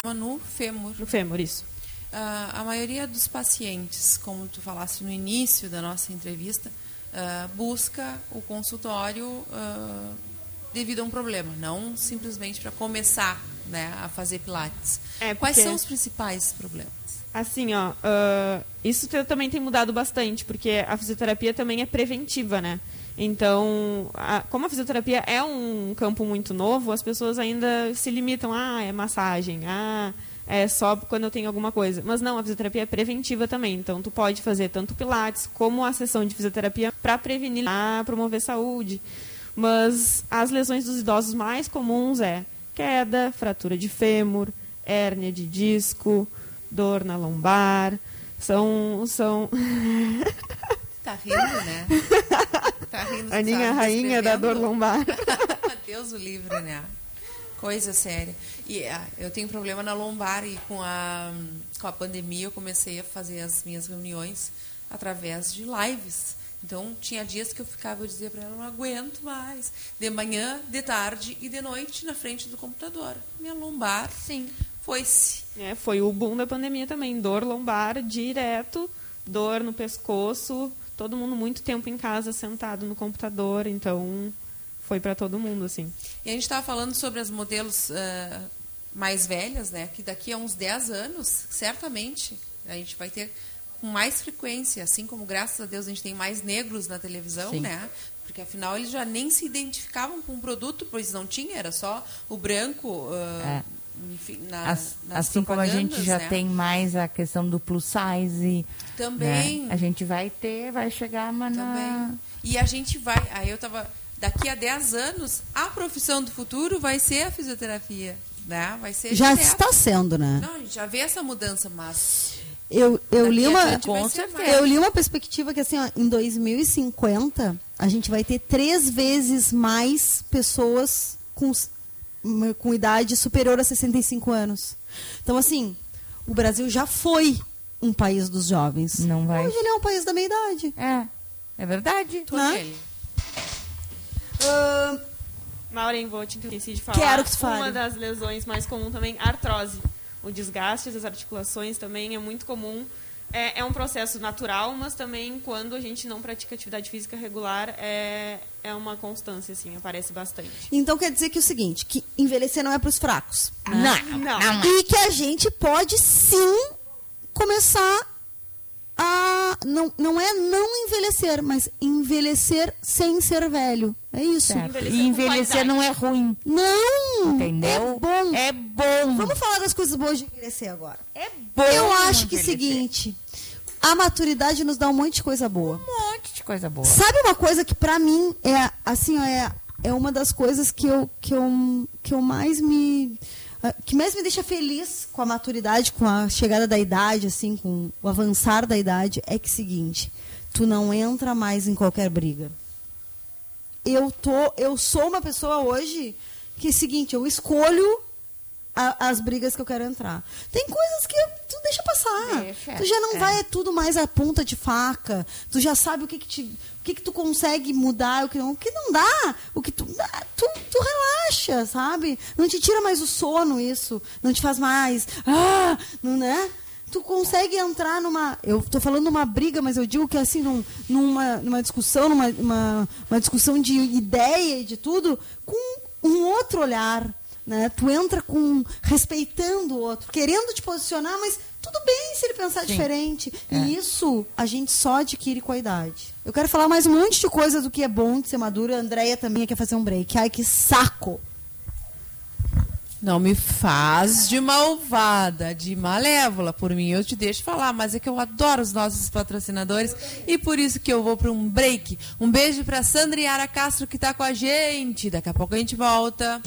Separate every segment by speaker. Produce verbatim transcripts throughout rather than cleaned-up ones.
Speaker 1: no fêmur.
Speaker 2: No fêmur, isso.
Speaker 1: Uh, a maioria dos pacientes, como tu falaste no início da nossa entrevista, uh, busca o consultório uh, devido a um problema, não simplesmente para começar, né, a fazer pilates.
Speaker 2: É porque...
Speaker 1: Quais são os principais problemas?
Speaker 2: Assim, ó, uh, isso também tem mudado bastante, porque a fisioterapia também é preventiva, né? Então, a, como a fisioterapia é um campo muito novo, as pessoas ainda se limitam, ah, é massagem, ah, é só quando eu tenho alguma coisa. Mas não, a fisioterapia é preventiva também. Então, tu pode fazer tanto pilates como a sessão de fisioterapia para prevenir, para promover saúde. Mas as lesões dos idosos mais comuns é queda, fratura de fêmur, hérnia de disco, dor na lombar. São... são...
Speaker 1: Tá rindo, né? Tá rindo.
Speaker 2: Aninha, rainha da dor lombar.
Speaker 1: Deus o livre, né? Coisa séria. E ah, eu tenho problema na lombar e com a, com a pandemia eu comecei a fazer as minhas reuniões através de lives. Então, tinha dias que eu ficava, eu dizia para ela, não aguento mais. De manhã, de tarde e de noite na frente do computador. Minha lombar, sim, foi-se.
Speaker 2: É, foi o boom da pandemia também. Dor lombar direto, dor no pescoço, todo mundo muito tempo em casa sentado no computador, então foi para todo mundo, assim.
Speaker 1: E a gente estava falando sobre as modelos uh, mais velhas, né? Que daqui a uns dez anos, certamente, a gente vai ter com mais frequência, assim como, graças a Deus, a gente tem mais negros na televisão, sim, né? Porque, afinal, eles já nem se identificavam com o produto, pois não tinha, era só o branco, uh,
Speaker 3: é.
Speaker 1: enfim, na,
Speaker 3: As,
Speaker 1: nas
Speaker 3: assim como a gente já, né, tem mais a questão do plus size.
Speaker 1: Também.
Speaker 3: Né? A gente vai ter, vai chegar, mas
Speaker 1: Também.
Speaker 3: Na...
Speaker 1: E a gente vai... Aí eu tava... Daqui a dez anos, a profissão do futuro vai ser a fisioterapia, né? Vai ser
Speaker 4: já
Speaker 1: direto.
Speaker 4: Está sendo, né?
Speaker 1: Não, a gente já vê essa mudança, mas...
Speaker 4: Eu, eu, li uma, eu li uma perspectiva que, assim, ó, em dois mil e cinquenta, a gente vai ter três vezes mais pessoas com, com idade superior a sessenta e cinco anos. Então, assim, o Brasil já foi um país dos jovens.
Speaker 3: Não vai.
Speaker 4: Hoje ele é um país da meia-idade.
Speaker 3: É, é verdade.
Speaker 1: Tô nele.
Speaker 2: Uh, Maureen, vou te esqueci de falar.
Speaker 4: Quero que tu fale.
Speaker 2: Uma das lesões mais comuns também, artrose. O desgaste das articulações também é muito comum. É, é um processo natural, mas também quando a gente não pratica atividade física regular, é, é uma constância, assim, aparece bastante.
Speaker 4: Então quer dizer que é o seguinte, que envelhecer não é para os fracos.
Speaker 2: Não, não. não.
Speaker 4: E que a gente pode sim começar a... Não, não é não envelhecer, mas envelhecer sem ser velho. É isso.
Speaker 3: Envelhecer e envelhecer não é ruim.
Speaker 4: Não!
Speaker 3: Entendeu?
Speaker 4: É bom.
Speaker 3: É bom.
Speaker 4: Vamos falar das coisas boas de envelhecer agora.
Speaker 3: É bom.
Speaker 4: Eu acho que é o seguinte, a maturidade nos dá um monte de coisa boa.
Speaker 3: Um monte de coisa boa.
Speaker 4: Sabe uma coisa que pra mim é assim, é, é uma das coisas que eu, que eu, que eu mais me... que mais me deixa feliz com a maturidade, com a chegada da idade, assim, com o avançar da idade, é que é o seguinte, tu não entra mais em qualquer briga. Eu, tô, eu sou uma pessoa hoje que é o seguinte, eu escolho a, as brigas que eu quero entrar. Tem coisas que tu deixa passar. Deixa, tu já não é. vai tudo mais à ponta de faca. Tu já sabe o que, que, te, o que, que tu consegue mudar, o que não, o que não dá. O que tu, tu, tu relaxa, sabe? Não te tira mais o sono isso. Não te faz mais... Ah, não, né? Tu consegue entrar numa... Eu estou falando uma briga, mas eu digo que assim, num, numa, numa discussão, numa uma, uma discussão de ideia e de tudo, com um outro olhar. Né? Tu entra com respeitando o outro, querendo te posicionar, mas tudo bem se ele pensar Sim. diferente. É. E isso a gente só adquire com a idade. Eu quero falar mais um monte de coisa do que é bom de ser madura. A Andréia também quer fazer um break. Ai, que saco!
Speaker 1: Não me faz de malvada, de malévola. Por mim, eu te deixo falar, mas é que eu adoro os nossos patrocinadores e por isso que eu vou para um break. Um beijo para Sandra Yara Castro, que está com a gente. Daqui a pouco a gente volta.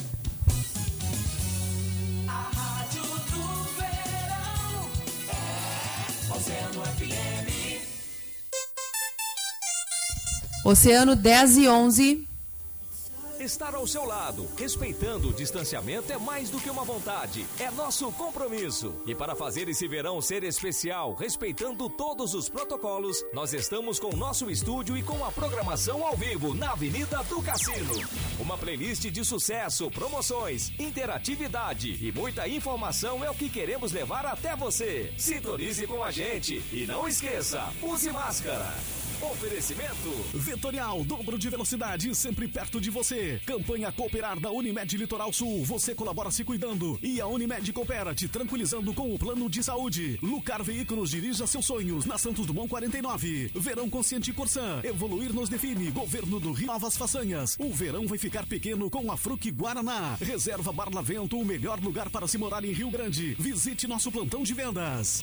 Speaker 1: Oceano dez e onze.
Speaker 5: Estar ao seu lado, respeitando o distanciamento, é mais do que uma vontade, é nosso compromisso. E para fazer esse verão ser especial, respeitando todos os protocolos, nós estamos com o nosso estúdio e com a programação ao vivo na Avenida do Cassino. Uma playlist de sucesso, promoções, interatividade e muita informação é o que queremos levar até você. Sintonize com a gente e não esqueça, use máscara. Oferecimento
Speaker 6: Vetorial, dobro de velocidade, sempre perto de você. Campanha Cooperar da Unimed Litoral Sul. Você colabora se cuidando e a Unimed coopera te tranquilizando com o plano de saúde. Lucar Veículos, dirija seus sonhos na Santos Dumont quarenta e nove. Verão Consciente Corsan, evoluir nos define. Governo do Rio, novas façanhas. O verão vai ficar pequeno com a Fruc Guaraná. Reserva Barlavento, o melhor lugar para se morar em Rio Grande. Visite nosso plantão de vendas.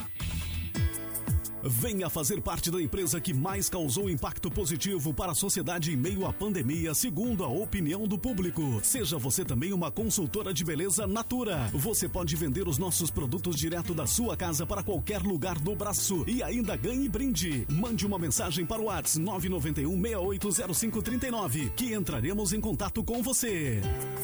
Speaker 6: Venha fazer parte da empresa que mais causou impacto positivo para a sociedade em meio à pandemia, segundo a opinião do público. Seja você também uma consultora de beleza Natura. Você pode vender os nossos produtos direto da sua casa para qualquer lugar do braço e ainda ganhe brinde. Mande uma mensagem para o WhatsApp nove nove um, seis oito zero cinco três nove que entraremos em contato com você.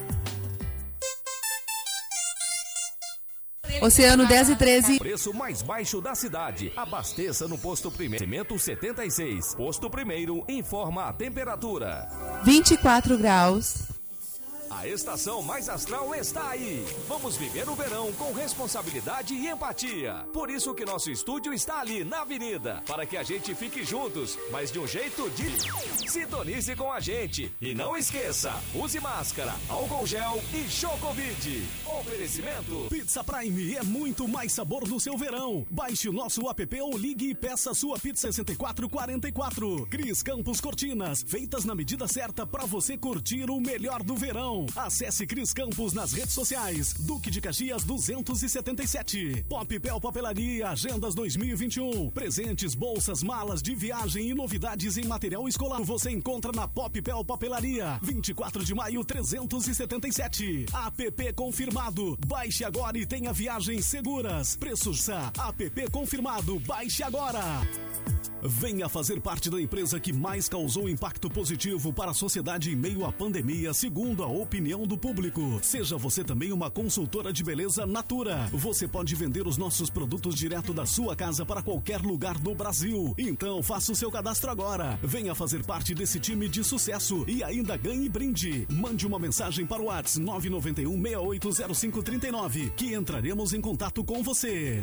Speaker 1: Oceano dez e treze.
Speaker 5: Preço mais baixo da cidade. Abasteça no Posto Primeiro. Cimento setenta e seis. Posto Primeiro informa a temperatura.
Speaker 1: vinte e quatro graus.
Speaker 5: A estação mais astral está aí. Vamos viver o verão com responsabilidade e empatia. Por isso que nosso estúdio está ali na avenida, para que a gente fique juntos, mas de um jeito de... Sintonize com a gente. E não esqueça, use máscara, álcool gel e Chocovid. Oferecimento
Speaker 6: Pizza Prime é muito mais sabor no seu verão. Baixe o nosso app ou ligue e peça sua pizza sessenta e quatro quarenta e quatro. Cris Campos Cortinas, feitas na medida certa para você curtir o melhor do verão. Acesse Cris Campos nas redes sociais. Duque de Caxias duzentos e setenta e sete. Popipel Papelaria Agendas dois mil e vinte e um. Presentes, bolsas, malas de viagem e novidades em material escolar você encontra na Popipel Papelaria. vinte e quatro de maio trezentos e setenta e sete. App confirmado. Baixe agora e tenha viagens seguras. Preços App confirmado. Baixe agora. Venha fazer parte da empresa que mais causou impacto positivo para a sociedade em meio à pandemia, segundo a opinião do público. Seja você também uma consultora de beleza Natura. Você pode vender os nossos produtos direto da sua casa para qualquer lugar do Brasil. Então faça o seu cadastro agora. Venha fazer parte desse time de sucesso e ainda ganhe brinde. Mande uma mensagem para o WhatsApp nove nove um, seis oito zero cinco três nove que entraremos em contato com você.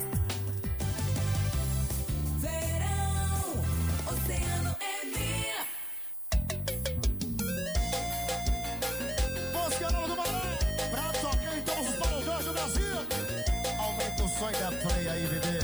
Speaker 7: Da play aí, bebê.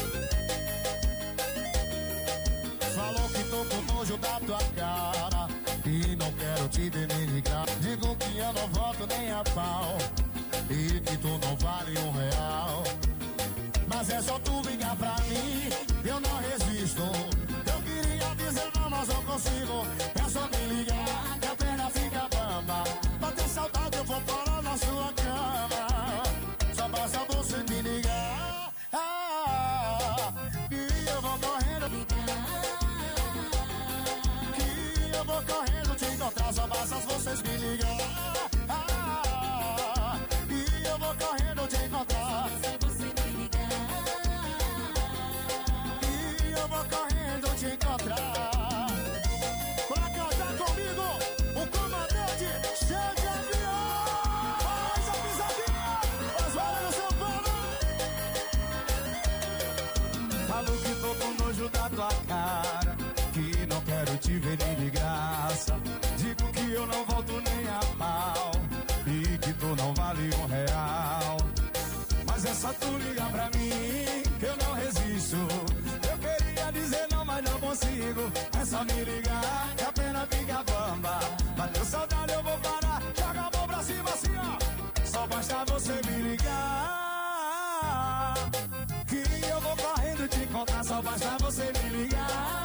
Speaker 7: Falou que tô com nojo da tua cara e não quero te ver nem ligar. Digo que eu não volto nem a pau e que tu não vale um real. Mas é só tu ligar pra mim, eu não resisto. Eu queria dizer não, mas não consigo. É só me ligar que a perna fica bamba. Pra ter saudade eu vou parar na sua cama. Só basta você me ligar, ah, que eu vou correndo, que eu vou correndo te encontrar. Só basta vocês me ligar, ah, que eu vou correndo te encontrar. Que eu vou correndo te encontrar. Pra cantar comigo, o comandante cheio de avião. Faz a pisadinha, as varas do São Paulo. Falo que tô com nojo da tua cara, que não quero te ver nem de graça. Digo que eu não volto nem a pau e que tu não vale um real. Mas é só tu ligar pra mim que eu não resisto. Eu queria dizer não, mas não consigo. É só me ligar que a pena fica bamba. Bateu saudade, eu vou parar. Joga a mão pra cima assim, ó. Só basta você me ligar que eu vou correndo te encontrar. Só basta você me ligar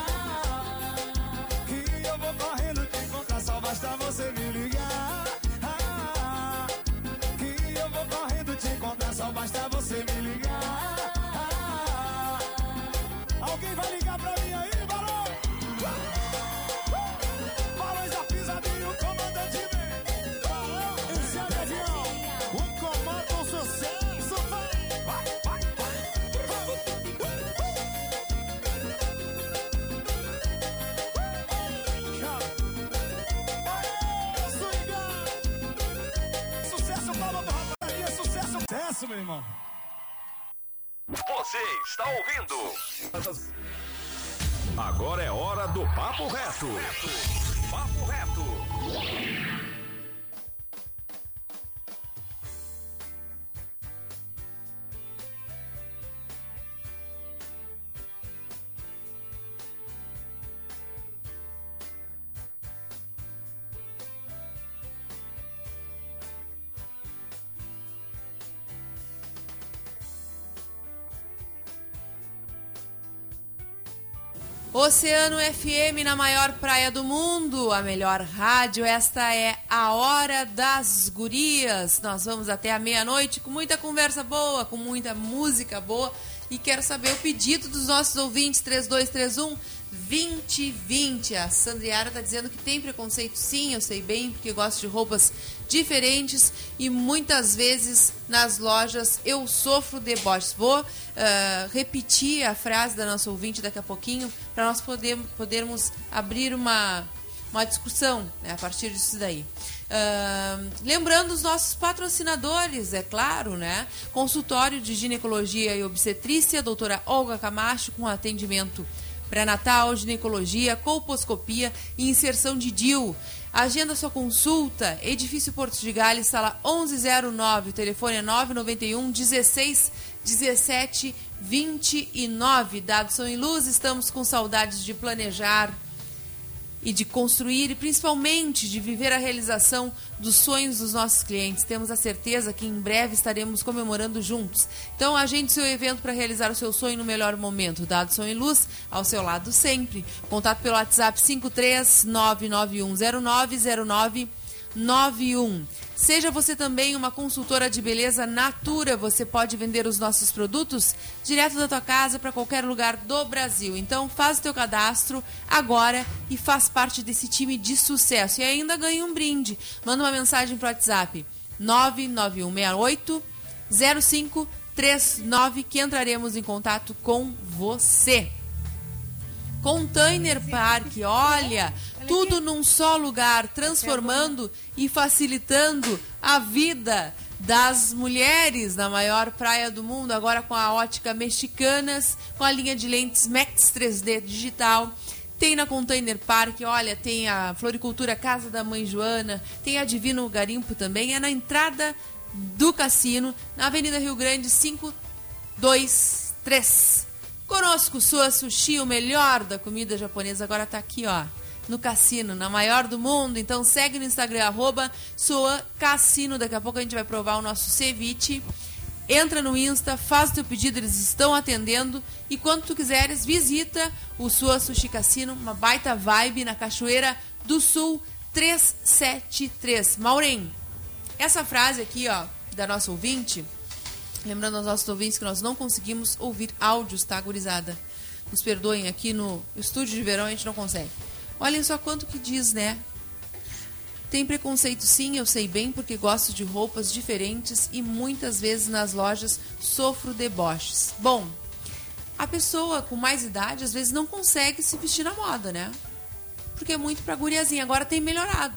Speaker 7: que eu vou correndo te encontrar. Só basta você me ligar que eu vou correndo te encontrar. Só basta você me ligar. Alguém vai ligar pra mim aí, Barão? Barões da Pisadinha, irmão.
Speaker 5: Você está ouvindo? Agora é hora do Papo Reto. Papo Reto.
Speaker 1: Oceano F M na maior praia do mundo, a melhor rádio. Esta é a Hora das Gurias. Nós vamos até a meia-noite com muita conversa boa, com muita música boa. E quero saber o pedido dos nossos ouvintes, três dois três um, dois zero dois zero. A Sandriara está dizendo que tem preconceito, sim, eu sei bem, porque gosto de roupas diferentes e muitas vezes nas lojas eu sofro deboches. Vou uh, repetir a frase da nossa ouvinte daqui a pouquinho para nós poder, podermos abrir uma, uma discussão, né, a partir disso daí. Uh, lembrando os nossos patrocinadores, é claro, né? Consultório de Ginecologia e Obstetrícia, doutora Olga Camacho, com atendimento pré-natal, ginecologia, colposcopia e inserção de D I U. Agenda sua consulta, Edifício Porto de Gales, sala onze zero nove, o telefone é nove nove um, dezesseis, dezessete, vinte e nove. Dados são em luz, estamos com saudades de planejar e de construir e principalmente de viver a realização dos sonhos dos nossos clientes. Temos a certeza que em breve estaremos comemorando juntos. Então agende seu evento para realizar o seu sonho no melhor momento. Dados são em luz, ao seu lado sempre. Contato pelo WhatsApp cinco três nove nove um zero nove zero nove nove um. Seja você também uma consultora de beleza Natura. Você pode vender os nossos produtos direto da tua casa para qualquer lugar do Brasil. Então faz o teu cadastro agora e faz parte desse time de sucesso. E ainda ganha um brinde. Manda uma mensagem para o WhatsApp nove nove um seis oito zero cinco três nove que entraremos em contato com você. Container Park, olha, tudo num só lugar, transformando e facilitando a vida das mulheres na maior praia do mundo, agora com a ótica Mexicanas, com a linha de lentes Max três D digital. Tem na Container Park, olha, tem a Floricultura Casa da Mãe Joana, tem a Divino Garimpo também, é na entrada do cassino, na Avenida Rio Grande cinco dois três. Conosco, Sua Sushi, o melhor da comida japonesa, agora tá aqui, ó, no cassino, na maior do mundo. Então segue no Instagram, arroba Sua Cassino. Daqui a pouco a gente vai provar o nosso ceviche. Entra no Insta, faz o teu pedido, eles estão atendendo. E quando tu quiseres, visita o Sua Sushi Cassino, uma baita vibe na Cachoeira do Sul trezentos e setenta e três. Maureen, essa frase aqui, ó, da nossa ouvinte... Lembrando aos nossos ouvintes que nós não conseguimos ouvir áudios, tá, gurizada? Nos perdoem, aqui no estúdio de verão a gente não consegue. Olhem só quanto que diz, né? Tem preconceito sim, eu sei bem, porque gosto de roupas diferentes e muitas vezes nas lojas sofro deboches. Bom, a pessoa com mais idade às vezes não consegue se vestir na moda, né? Porque é muito pra guriazinha. Agora tem melhorado.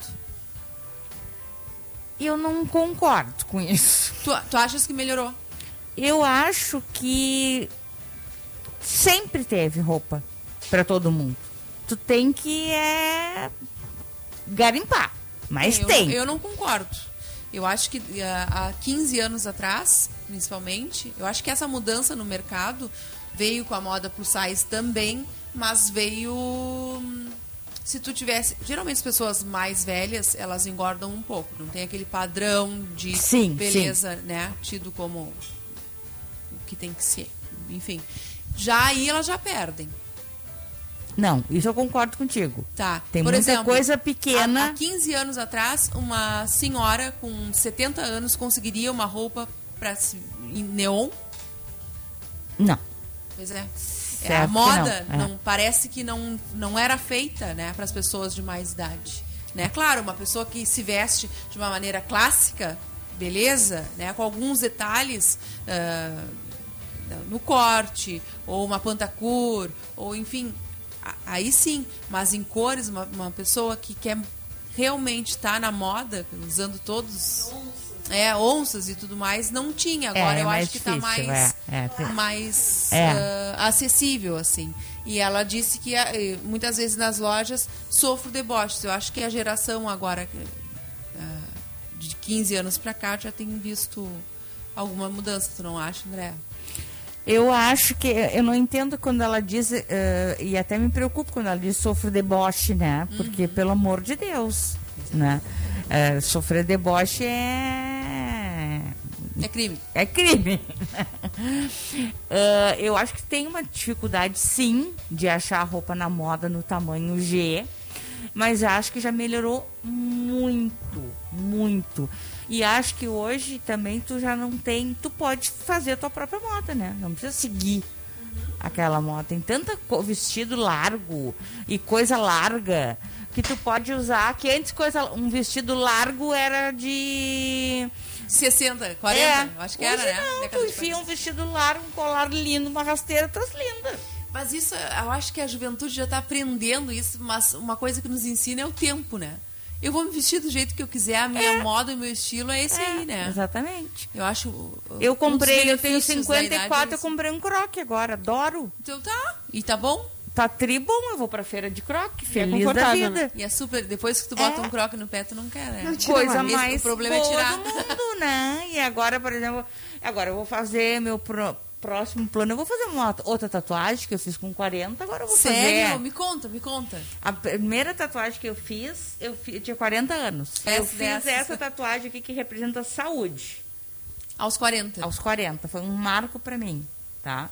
Speaker 3: Eu não concordo com isso.
Speaker 1: Tu, tu achas que melhorou?
Speaker 3: Eu acho que sempre teve roupa para todo mundo. Tu tem que é, garimpar, mas
Speaker 1: eu,
Speaker 3: tem.
Speaker 1: Eu não concordo. Eu acho que há quinze anos atrás, principalmente, eu acho que essa mudança no mercado veio com a moda plus size também, mas veio... Se tu tivesse... Geralmente as pessoas mais velhas, elas engordam um pouco. Não tem aquele padrão de
Speaker 3: sim,
Speaker 1: beleza,
Speaker 3: sim.
Speaker 1: né? Tido como o que tem que ser. Enfim. Já aí elas já perdem.
Speaker 3: Não, isso eu concordo contigo.
Speaker 1: Tá.
Speaker 3: Tem
Speaker 1: Por
Speaker 3: muita
Speaker 1: exemplo,
Speaker 3: coisa pequena.
Speaker 1: Há, há quinze anos atrás, uma senhora com setenta anos conseguiria uma roupa pra, em neon?
Speaker 3: Não.
Speaker 1: Pois é.
Speaker 3: Certo,
Speaker 1: é a moda
Speaker 3: não, é.
Speaker 1: não parece que não, não era feita, né, para as pessoas de mais idade, né? Claro, uma pessoa que se veste de uma maneira clássica, beleza, né, com alguns detalhes uh, no corte, ou uma pantacur, ou enfim, aí sim, mas em cores, uma, uma pessoa que quer realmente estar na moda, usando todos é, onças e tudo mais, não tinha. Agora
Speaker 3: É, é
Speaker 1: eu
Speaker 3: mais
Speaker 1: acho que está
Speaker 3: difícil,
Speaker 1: mais,
Speaker 3: é, é, tem-
Speaker 1: mais
Speaker 3: É.
Speaker 1: ah, acessível, assim. E ela disse que ah, eh, muitas vezes nas lojas sofro deboches. Eu acho que a geração agora ah, de quinze anos para cá já tem visto alguma mudança, tu não acha, André?
Speaker 3: Eu acho que eu não entendo quando ela diz eh, e até me preocupo quando ela diz sofro deboche, né? Porque pelo amor de Deus, né? Eh, sofrer deboche é
Speaker 1: É crime.
Speaker 3: é crime. Eh, eu acho que tem uma dificuldade, sim, de achar roupa na moda no tamanho G, mas acho que já melhorou muito, muito. E acho que hoje também tu já não tem, tu pode fazer a tua própria moda, né? Não precisa seguir aquela moda. Tem tanta co- vestido largo e coisa larga que tu pode usar, que antes coisa, um vestido largo era de
Speaker 1: sessenta, quarenta,
Speaker 3: é,
Speaker 1: eu acho que
Speaker 3: hoje
Speaker 1: era, né?
Speaker 3: não,
Speaker 1: Década
Speaker 3: tu
Speaker 1: de
Speaker 3: enfia
Speaker 1: quarenta.
Speaker 3: um vestido largo, um colar lindo, uma rasteira, tu linda.
Speaker 1: Mas isso, eu acho que a juventude já está aprendendo isso, mas uma coisa que nos ensina é o tempo, né? Eu vou me vestir do jeito que eu quiser, a minha moda e o meu estilo é esse aí, né?
Speaker 3: Exatamente.
Speaker 1: Eu acho.
Speaker 3: Eu
Speaker 1: um dos
Speaker 3: comprei, eu tenho
Speaker 1: benefícios da
Speaker 3: cinquenta e
Speaker 1: idade
Speaker 3: quatro,
Speaker 1: é
Speaker 3: eu
Speaker 1: esse.
Speaker 3: comprei um croque agora, adoro.
Speaker 1: Então tá. E tá bom?
Speaker 3: Tá tri bom, eu vou pra feira de croque, feliz da
Speaker 2: confortável,
Speaker 3: vida.
Speaker 1: E é super. Depois que tu bota
Speaker 3: É.
Speaker 1: um croque no pé, tu não quer, né?
Speaker 4: Não tira
Speaker 3: Coisa
Speaker 1: Esse-
Speaker 3: mais
Speaker 1: o problema é
Speaker 3: boa
Speaker 1: tirar.
Speaker 3: do mundo, né? E agora, por exemplo, agora eu vou fazer meu pro- próximo plano, eu vou fazer uma outra tatuagem que eu fiz com quarenta, agora eu vou
Speaker 1: Sério?
Speaker 3: fazer.
Speaker 1: Me conta, me conta.
Speaker 3: A primeira tatuagem que eu fiz, eu, fi- eu tinha quarenta anos.
Speaker 1: Essa
Speaker 3: eu fiz
Speaker 1: dessas.
Speaker 3: essa tatuagem aqui que representa saúde.
Speaker 1: Aos quarenta.
Speaker 3: Aos quarenta. Foi um marco pra mim, tá?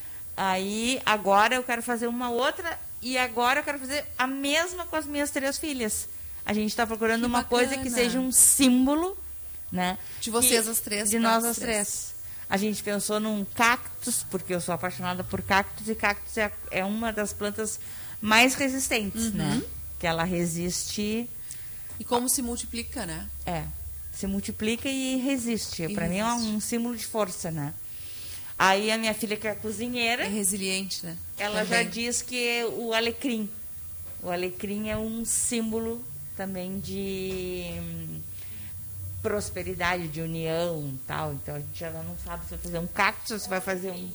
Speaker 3: Aí, agora eu quero fazer uma outra e agora eu quero fazer a mesma com as minhas três filhas. A gente tá procurando
Speaker 1: Que
Speaker 3: uma coisa que
Speaker 1: bacana.
Speaker 3: seja um símbolo, né?
Speaker 1: De vocês
Speaker 3: que-
Speaker 1: as três,
Speaker 3: De
Speaker 1: pra
Speaker 3: nós
Speaker 1: as
Speaker 3: as
Speaker 1: três.
Speaker 3: três. A gente pensou num cactus, porque eu sou apaixonada por cactus, e cactus é, é uma das plantas mais resistentes,
Speaker 1: Uhum.
Speaker 3: né? Que ela resiste,
Speaker 1: E como se multiplica, né?
Speaker 3: é, se multiplica e resiste.
Speaker 1: E
Speaker 3: Para mim é
Speaker 1: resiste.
Speaker 3: um símbolo de força, né? Aí a minha filha, que é cozinheira,
Speaker 1: É resiliente, né?
Speaker 3: ela já
Speaker 1: Também.
Speaker 3: diz que é o alecrim. O alecrim é um símbolo também de hum, prosperidade, de união, tal. Então a gente já não sabe se vai fazer um cactus ou se vai fazer um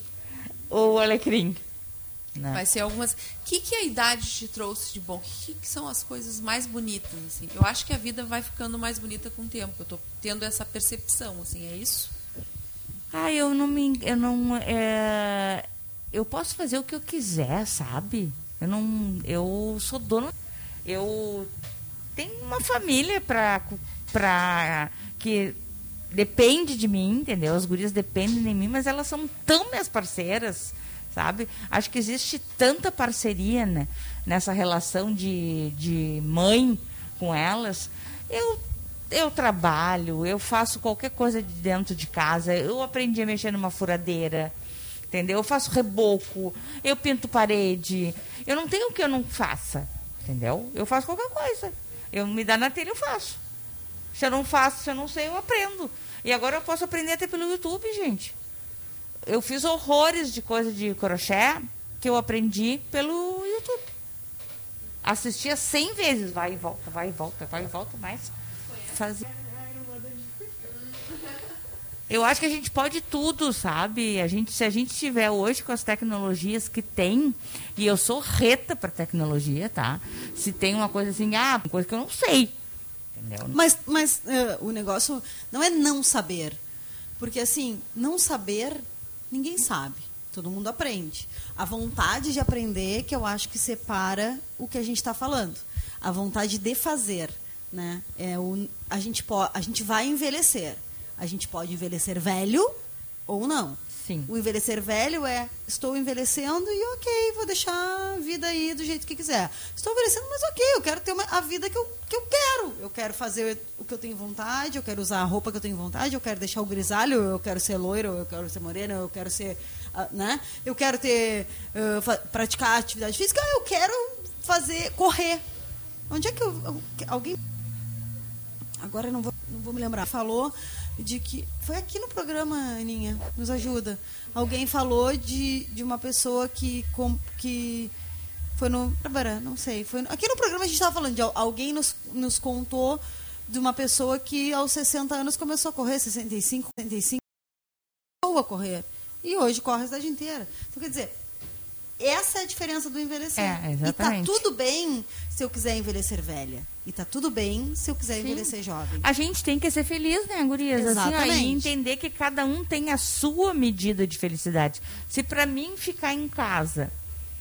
Speaker 3: o alecrim. Né?
Speaker 1: Vai ser algumas. O que, que a idade te trouxe de bom? O que, que são as coisas mais bonitas, assim? Eu acho que a vida vai ficando mais bonita com o tempo. Eu tô tendo essa percepção, assim, é isso?
Speaker 3: Ah, eu não me, eu não, é, eu posso fazer o que eu quiser, sabe? Eu não, eu sou dona, eu tenho uma família para para que depende de mim, entendeu? As gurias dependem de mim, mas elas são tão minhas parceiras, sabe? Acho que existe tanta parceria, né, nessa relação de, de mãe com elas. Eu Eu trabalho, eu faço qualquer coisa de dentro de casa. Eu aprendi a mexer numa furadeira, entendeu? Eu faço reboco, eu pinto parede. Eu não tenho o que eu não faça, entendeu? Eu faço qualquer coisa. Eu me dá na telha, eu faço. Se eu não faço, se eu não sei, eu aprendo. E agora eu posso aprender até pelo YouTube, gente. Eu fiz horrores de coisa de crochê que eu aprendi pelo YouTube. Assistia cem vezes, vai e volta, vai e volta, vai e volta, mas fazia. Eu acho que a gente pode tudo, sabe? A gente, se a gente tiver hoje com as tecnologias que tem, e eu sou reta para tecnologia, tá? Se tem uma coisa assim, ah, uma coisa que eu não sei, entendeu?
Speaker 4: Mas, mas eh, o negócio não é não saber. Porque, assim, não saber, ninguém sabe. Todo mundo aprende. A vontade de aprender que eu acho que separa o que a gente está falando. A vontade de fazer. Né? É o, a, gente po, a gente vai envelhecer. A gente pode envelhecer velho ou não.
Speaker 3: Sim.
Speaker 4: O envelhecer velho é, estou envelhecendo e ok, vou deixar a vida aí do jeito que quiser. Estou envelhecendo, mas ok, eu quero ter uma, a vida que eu, que eu quero. Eu quero fazer o que eu tenho vontade, eu quero usar a roupa que eu tenho vontade, eu quero deixar o grisalho, eu quero ser loiro, eu quero ser morena, eu quero ser... Uh, né? Eu quero ter... Uh, fa- praticar atividade física, eu quero fazer... correr. Onde é que eu... eu alguém... Agora eu não vou, não vou me lembrar. Falou de que... Foi aqui no programa, Aninha, nos ajuda. Alguém falou de, de uma pessoa que, com, que foi no... Não sei. Foi no, aqui no programa a gente estava falando de alguém nos, nos contou de uma pessoa que aos sessenta anos começou a correr, sessenta e cinco, sessenta e cinco, começou a correr. E hoje corre a cidade inteira. Então, quer dizer, essa é a diferença do envelhecer.
Speaker 3: É,
Speaker 4: e tá
Speaker 3: exatamente.
Speaker 4: tudo bem se eu quiser envelhecer velha. E tá tudo bem se eu quiser
Speaker 3: Sim.
Speaker 4: envelhecer jovem.
Speaker 3: A gente tem que ser feliz, né, gurias? Assim, ó,
Speaker 4: Exatamente.
Speaker 3: e entender que cada um tem a sua medida de felicidade. Se pra mim ficar em casa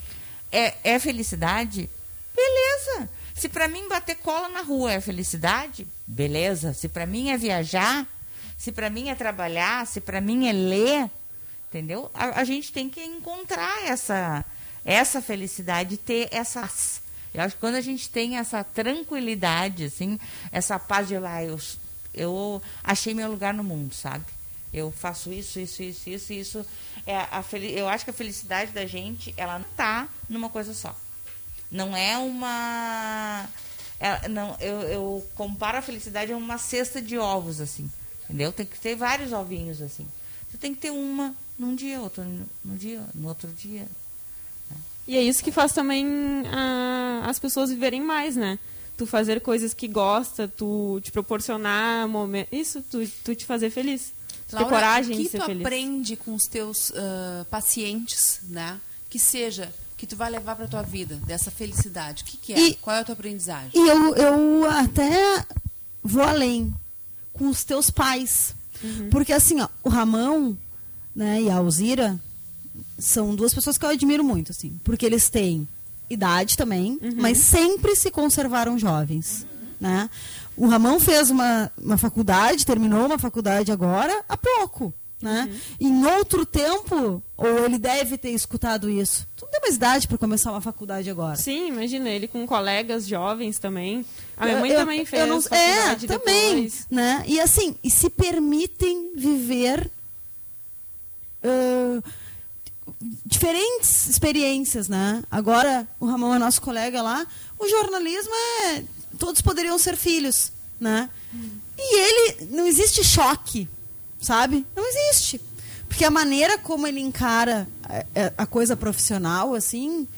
Speaker 3: é, é felicidade, beleza. Se pra mim bater cola na rua é felicidade, beleza. Se pra mim é viajar, se pra mim é trabalhar, se pra mim é ler, entendeu? A, a gente tem que encontrar essa, essa felicidade, ter essa... Eu acho que quando a gente tem essa tranquilidade, assim, essa paz de lá, eu, eu achei meu lugar no mundo, sabe? Eu faço isso, isso, isso, isso, isso. É a, eu acho que a felicidade da gente, ela não está numa coisa só. Não é uma... É, não, eu, eu comparo a felicidade a uma cesta de ovos, assim. Entendeu? Tem que ter vários ovinhos, assim. Você tem que ter uma num dia, outra no dia, no outro dia.
Speaker 2: E é isso que faz também ah, as pessoas viverem mais, né? Tu fazer coisas que gosta, tu te proporcionar momentos... Isso, tu, tu te fazer feliz. Tu
Speaker 1: Laura,
Speaker 2: ter coragem
Speaker 1: que
Speaker 2: de ser
Speaker 1: tu
Speaker 2: feliz.
Speaker 1: aprende com os teus uh, pacientes, né? Que seja, que tu vai levar pra tua vida, dessa felicidade. O que, que é?
Speaker 4: E-
Speaker 1: Qual é a tua aprendizagem?
Speaker 4: E eu, eu até vou além com os teus pais. Porque assim, ó, o Ramão, né, e a Alzira são duas pessoas que eu admiro muito, assim. Porque eles têm idade também, mas sempre se conservaram jovens, né? O Ramão fez uma, uma faculdade, terminou uma faculdade agora, há pouco, né? Em outro tempo, ou ele deve ter escutado isso, tu não tem mais idade para começar uma faculdade agora.
Speaker 2: Sim, imagina, ele com colegas jovens também. A minha
Speaker 4: Eu-
Speaker 2: mãe
Speaker 4: eu-
Speaker 2: também
Speaker 4: eu
Speaker 2: fez
Speaker 4: não-
Speaker 2: faculdade
Speaker 4: É, também,
Speaker 2: depois.
Speaker 4: né? E assim, e se permitem viver ãh, diferentes experiências, né? Agora, o Ramon é nosso colega lá, o jornalismo é... Todos poderiam ser filhos, né? E ele... Não existe choque, sabe? Não existe. Porque a maneira como ele encara a, a coisa profissional, assim,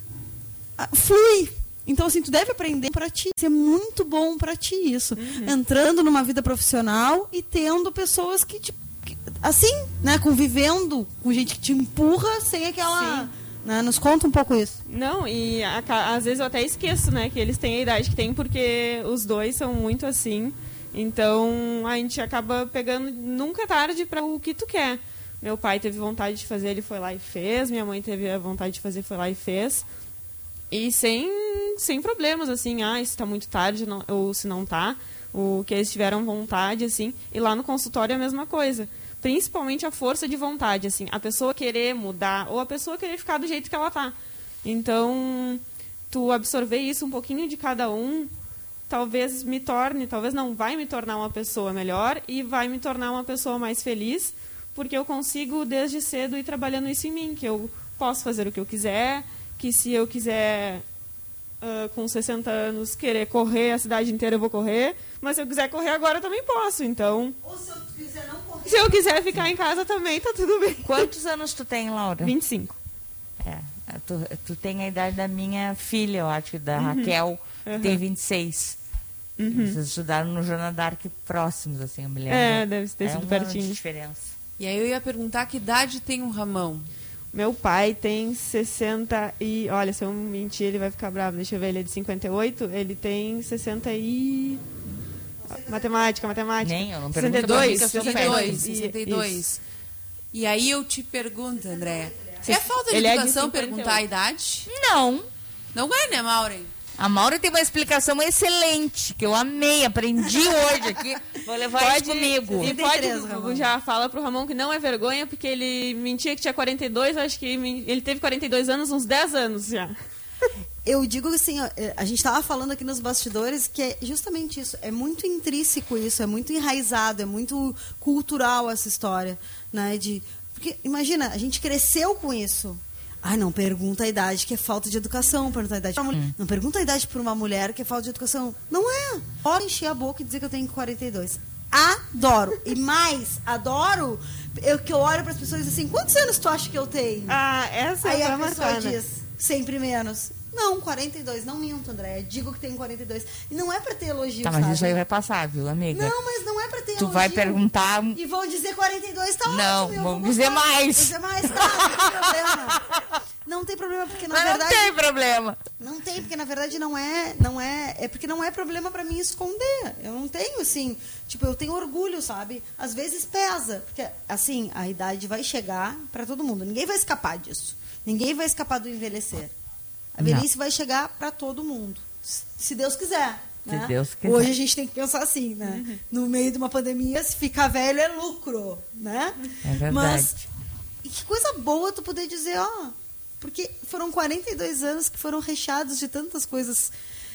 Speaker 4: a- flui. Então, assim, tu deve aprender para ti. Isso é muito bom para ti, isso. Entrando numa vida profissional e tendo pessoas que te... que- assim, né? Convivendo com gente que te empurra sem aquela... Né? Nos conta um pouco isso.
Speaker 2: Não, e a ca- às vezes eu até esqueço, né, que eles têm a idade que têm, porque os dois são muito assim. Então, a gente acaba pegando nunca é tarde para o que tu quer. Meu pai teve vontade de fazer, ele foi lá e fez. Minha mãe teve a vontade de fazer, foi lá e fez. E sem, sem problemas, assim, ah, se tá muito tarde não, ou se não tá, o que eles tiveram vontade, assim. E lá no consultório é a mesma coisa. Principalmente a força de vontade, assim, a pessoa querer mudar ou a pessoa querer ficar do jeito que ela tá. Então, tu absorver isso um pouquinho de cada um, talvez me torne, talvez não, vai me tornar uma pessoa melhor e vai me tornar uma pessoa mais feliz, porque eu consigo desde cedo ir trabalhando isso em mim, que eu posso fazer o que eu quiser, que se eu quiser uh, com sessenta anos querer correr a cidade inteira eu vou correr, mas se eu quiser correr agora eu também posso, então...
Speaker 4: Ou se eu quiser não correr.
Speaker 2: Se eu quiser ficar em casa também, tá tudo bem.
Speaker 3: Quantos anos tu tem, Laura?
Speaker 2: vinte e cinco.
Speaker 3: É, tu, tu tem a idade da minha filha, eu acho, da Raquel, que
Speaker 2: Uhum.
Speaker 3: tem vinte e seis. Vocês estudaram no Joana d'Arc próximos, assim, eu me lembro.
Speaker 2: É, deve ter
Speaker 3: é
Speaker 2: sido
Speaker 3: um
Speaker 2: pertinho.
Speaker 3: ano de diferença.
Speaker 1: E aí eu ia perguntar que idade tem o Ramão.
Speaker 2: Meu pai tem sessenta e... Olha, se eu mentir, ele vai ficar bravo. Deixa eu ver, ele é de cinquenta e oito. Ele tem sessenta e... Matemática, matemática.
Speaker 3: Nem, eu não
Speaker 2: sessenta e
Speaker 3: pergunto pra mim
Speaker 2: dois,
Speaker 3: que eu sou
Speaker 1: sessenta e dois,
Speaker 2: E-
Speaker 1: sessenta e
Speaker 2: isso.
Speaker 1: dois. E aí eu te pergunto, André,
Speaker 2: Cê-
Speaker 1: é falta de
Speaker 2: ele é de
Speaker 1: educação
Speaker 2: cinquenta e
Speaker 1: perguntar a
Speaker 2: oito.
Speaker 1: idade?
Speaker 3: Não.
Speaker 1: Não é, né, Maureen?
Speaker 3: A Maura tem uma explicação excelente, que eu amei, aprendi hoje aqui. Vou levar isso comigo.
Speaker 2: E
Speaker 4: sessenta e
Speaker 2: pode,
Speaker 4: três, Ramon.
Speaker 2: já fala pro Ramon que não é vergonha, porque ele mentia que tinha quarenta e dois, eu acho que men- ele teve quarenta e dois anos, uns dez anos já.
Speaker 4: Eu digo assim, ó, a gente estava falando aqui nos bastidores que é justamente isso, é muito intrínseco isso, é muito enraizado, é muito cultural essa história, né? De, porque imagina, a gente cresceu com isso. Ah, não pergunta a idade, que é falta de educação. Pergunta a idade pra mulher. Não pergunta a idade para uma mulher, que é falta de educação. Não é. Pode encher a boca e dizer que eu tenho quarenta e dois. Adoro. E mais, adoro eu, que eu olho para as pessoas e digo assim, quantos anos tu acha que eu tenho?
Speaker 2: Ah, essa
Speaker 4: Aí
Speaker 2: vai
Speaker 4: a pessoa
Speaker 2: marcar, né?
Speaker 4: diz, sempre menos. Não, quarenta e dois, não minto, André. Digo que tenho quarenta e dois. E não é pra ter elogio,
Speaker 3: Tá, mas
Speaker 4: sabe?
Speaker 3: isso aí vai passar, viu, amiga?
Speaker 4: Não, mas não é pra ter
Speaker 3: Tu
Speaker 4: elogio.
Speaker 3: vai perguntar...
Speaker 4: E vão dizer quarenta e dois, tá
Speaker 3: Não,
Speaker 4: ótimo. eu
Speaker 3: vão
Speaker 4: vou
Speaker 3: dizer
Speaker 4: gostar.
Speaker 3: mais.
Speaker 4: Vão dizer mais, tá, não tem problema. Não tem problema, porque na
Speaker 3: Mas
Speaker 4: verdade...
Speaker 3: não tem problema.
Speaker 4: Não tem, porque na verdade não é, não é, é porque não é problema pra mim esconder. Eu não tenho, assim, tipo, eu tenho orgulho, sabe? Às vezes pesa, porque assim, a idade vai chegar pra todo mundo. Ninguém vai escapar disso. Ninguém vai escapar do envelhecer. A velhice vai chegar pra todo mundo, se Deus quiser.
Speaker 3: Se
Speaker 4: Né?
Speaker 3: Deus quiser.
Speaker 4: Hoje a gente tem que pensar assim, né? Uhum. No meio de uma pandemia, se ficar velho é lucro, né?
Speaker 3: É verdade.
Speaker 4: Mas e que coisa boa tu poder dizer, ó, porque foram quarenta e dois anos que foram recheados de tantas coisas,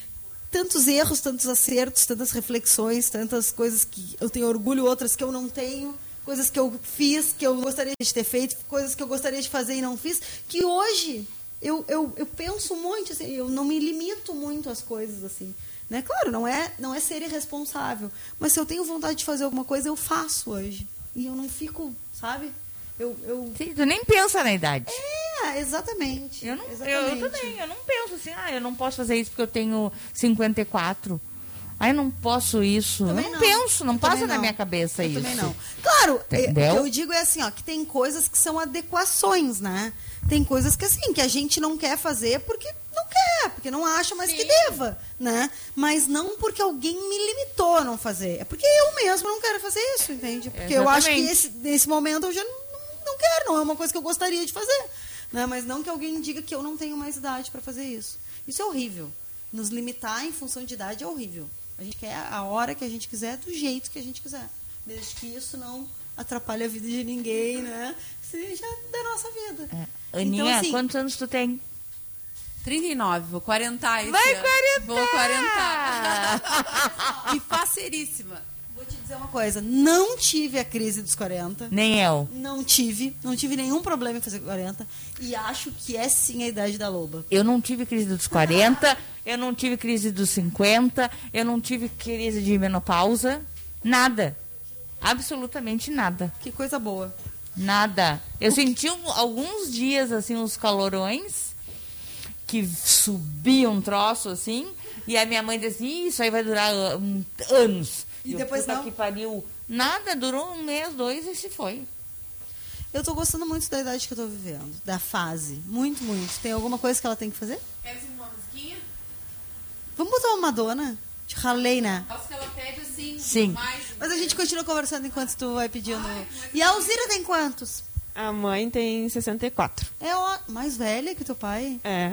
Speaker 4: tantos erros, tantos acertos, tantas reflexões, tantas coisas que eu tenho orgulho, outras que eu não tenho, coisas que eu fiz, que eu gostaria de ter feito, coisas que eu gostaria de fazer e não fiz, que hoje eu, eu, eu penso muito, assim, eu não me limito muito às coisas, assim. Né? Claro, não é, não é ser irresponsável, mas se eu tenho vontade de fazer alguma coisa, eu faço hoje. E eu não fico, sabe? Eu, eu...
Speaker 3: Sim, tu nem pensa na idade.
Speaker 4: É, exatamente.
Speaker 3: Eu, não,
Speaker 4: exatamente.
Speaker 3: eu também, eu não penso assim, ah, eu não posso fazer isso porque eu tenho cinquenta e quatro. Ah, eu não posso isso.
Speaker 4: Também
Speaker 3: eu não,
Speaker 4: não.
Speaker 3: penso, não
Speaker 4: Eu
Speaker 3: passa
Speaker 4: também
Speaker 3: na
Speaker 4: não.
Speaker 3: minha cabeça
Speaker 4: eu
Speaker 3: isso.
Speaker 4: Também não. Claro,
Speaker 3: Entendeu?
Speaker 4: o que eu digo é assim, ó, que tem coisas que são adequações, né? Tem coisas que assim, que a gente não quer fazer porque não quer, porque não acha mais
Speaker 1: Sim.
Speaker 4: que deva, né? Mas não porque alguém me limitou a não fazer. É porque eu mesma não quero fazer isso, entende? Porque eu acho que esse, nesse momento eu já não, não quero, não é uma coisa que eu gostaria de fazer. Né? Mas não que alguém diga que eu não tenho mais idade para fazer isso. Isso é horrível. Nos limitar em função de idade é horrível. A gente quer a hora que a gente quiser, do jeito que a gente quiser. Desde que isso não atrapalhe a vida de ninguém, né? Seja da nossa vida.
Speaker 3: É. Aninha,
Speaker 4: Então, assim,
Speaker 3: quantos anos tu tem?
Speaker 1: trinta e nove, vou quarentar esse
Speaker 3: Vai
Speaker 1: ano.
Speaker 3: quarentar!
Speaker 1: Vou quarentar. E faceríssima.
Speaker 4: vou te dizer uma coisa. Não tive a crise dos quarenta.
Speaker 3: Nem eu.
Speaker 4: Não tive. Não tive nenhum problema em fazer quarenta. E acho que é sim a idade da loba.
Speaker 3: Eu não tive crise dos quarenta, eu não tive crise dos cinquenta, eu não tive crise de menopausa. Nada. Absolutamente nada.
Speaker 4: Que coisa boa.
Speaker 3: Nada. Eu senti um- alguns dias, assim, uns calorões, que subia um troço, assim, e a minha mãe disse assim, isso aí vai durar uh, um, anos.
Speaker 4: E
Speaker 3: eu,
Speaker 4: depois
Speaker 3: puta
Speaker 4: não?
Speaker 3: que pariu. Nada, durou um mês, dois e se foi.
Speaker 4: Eu tô gostando muito da idade que eu tô vivendo. Da fase. Muito, muito. Tem alguma coisa que ela tem que fazer?
Speaker 1: Quer uma musiquinha?
Speaker 4: Vamos botar uma Madonna? De Harley, né?
Speaker 1: Acho que ela pede assim,
Speaker 3: Sim.
Speaker 1: mais.
Speaker 4: Mas a gente continua conversando enquanto tu vai pedindo. E a Alzira tem quantos?
Speaker 2: A mãe tem sessenta e quatro.
Speaker 4: É ó, mais velha que teu pai?
Speaker 2: É.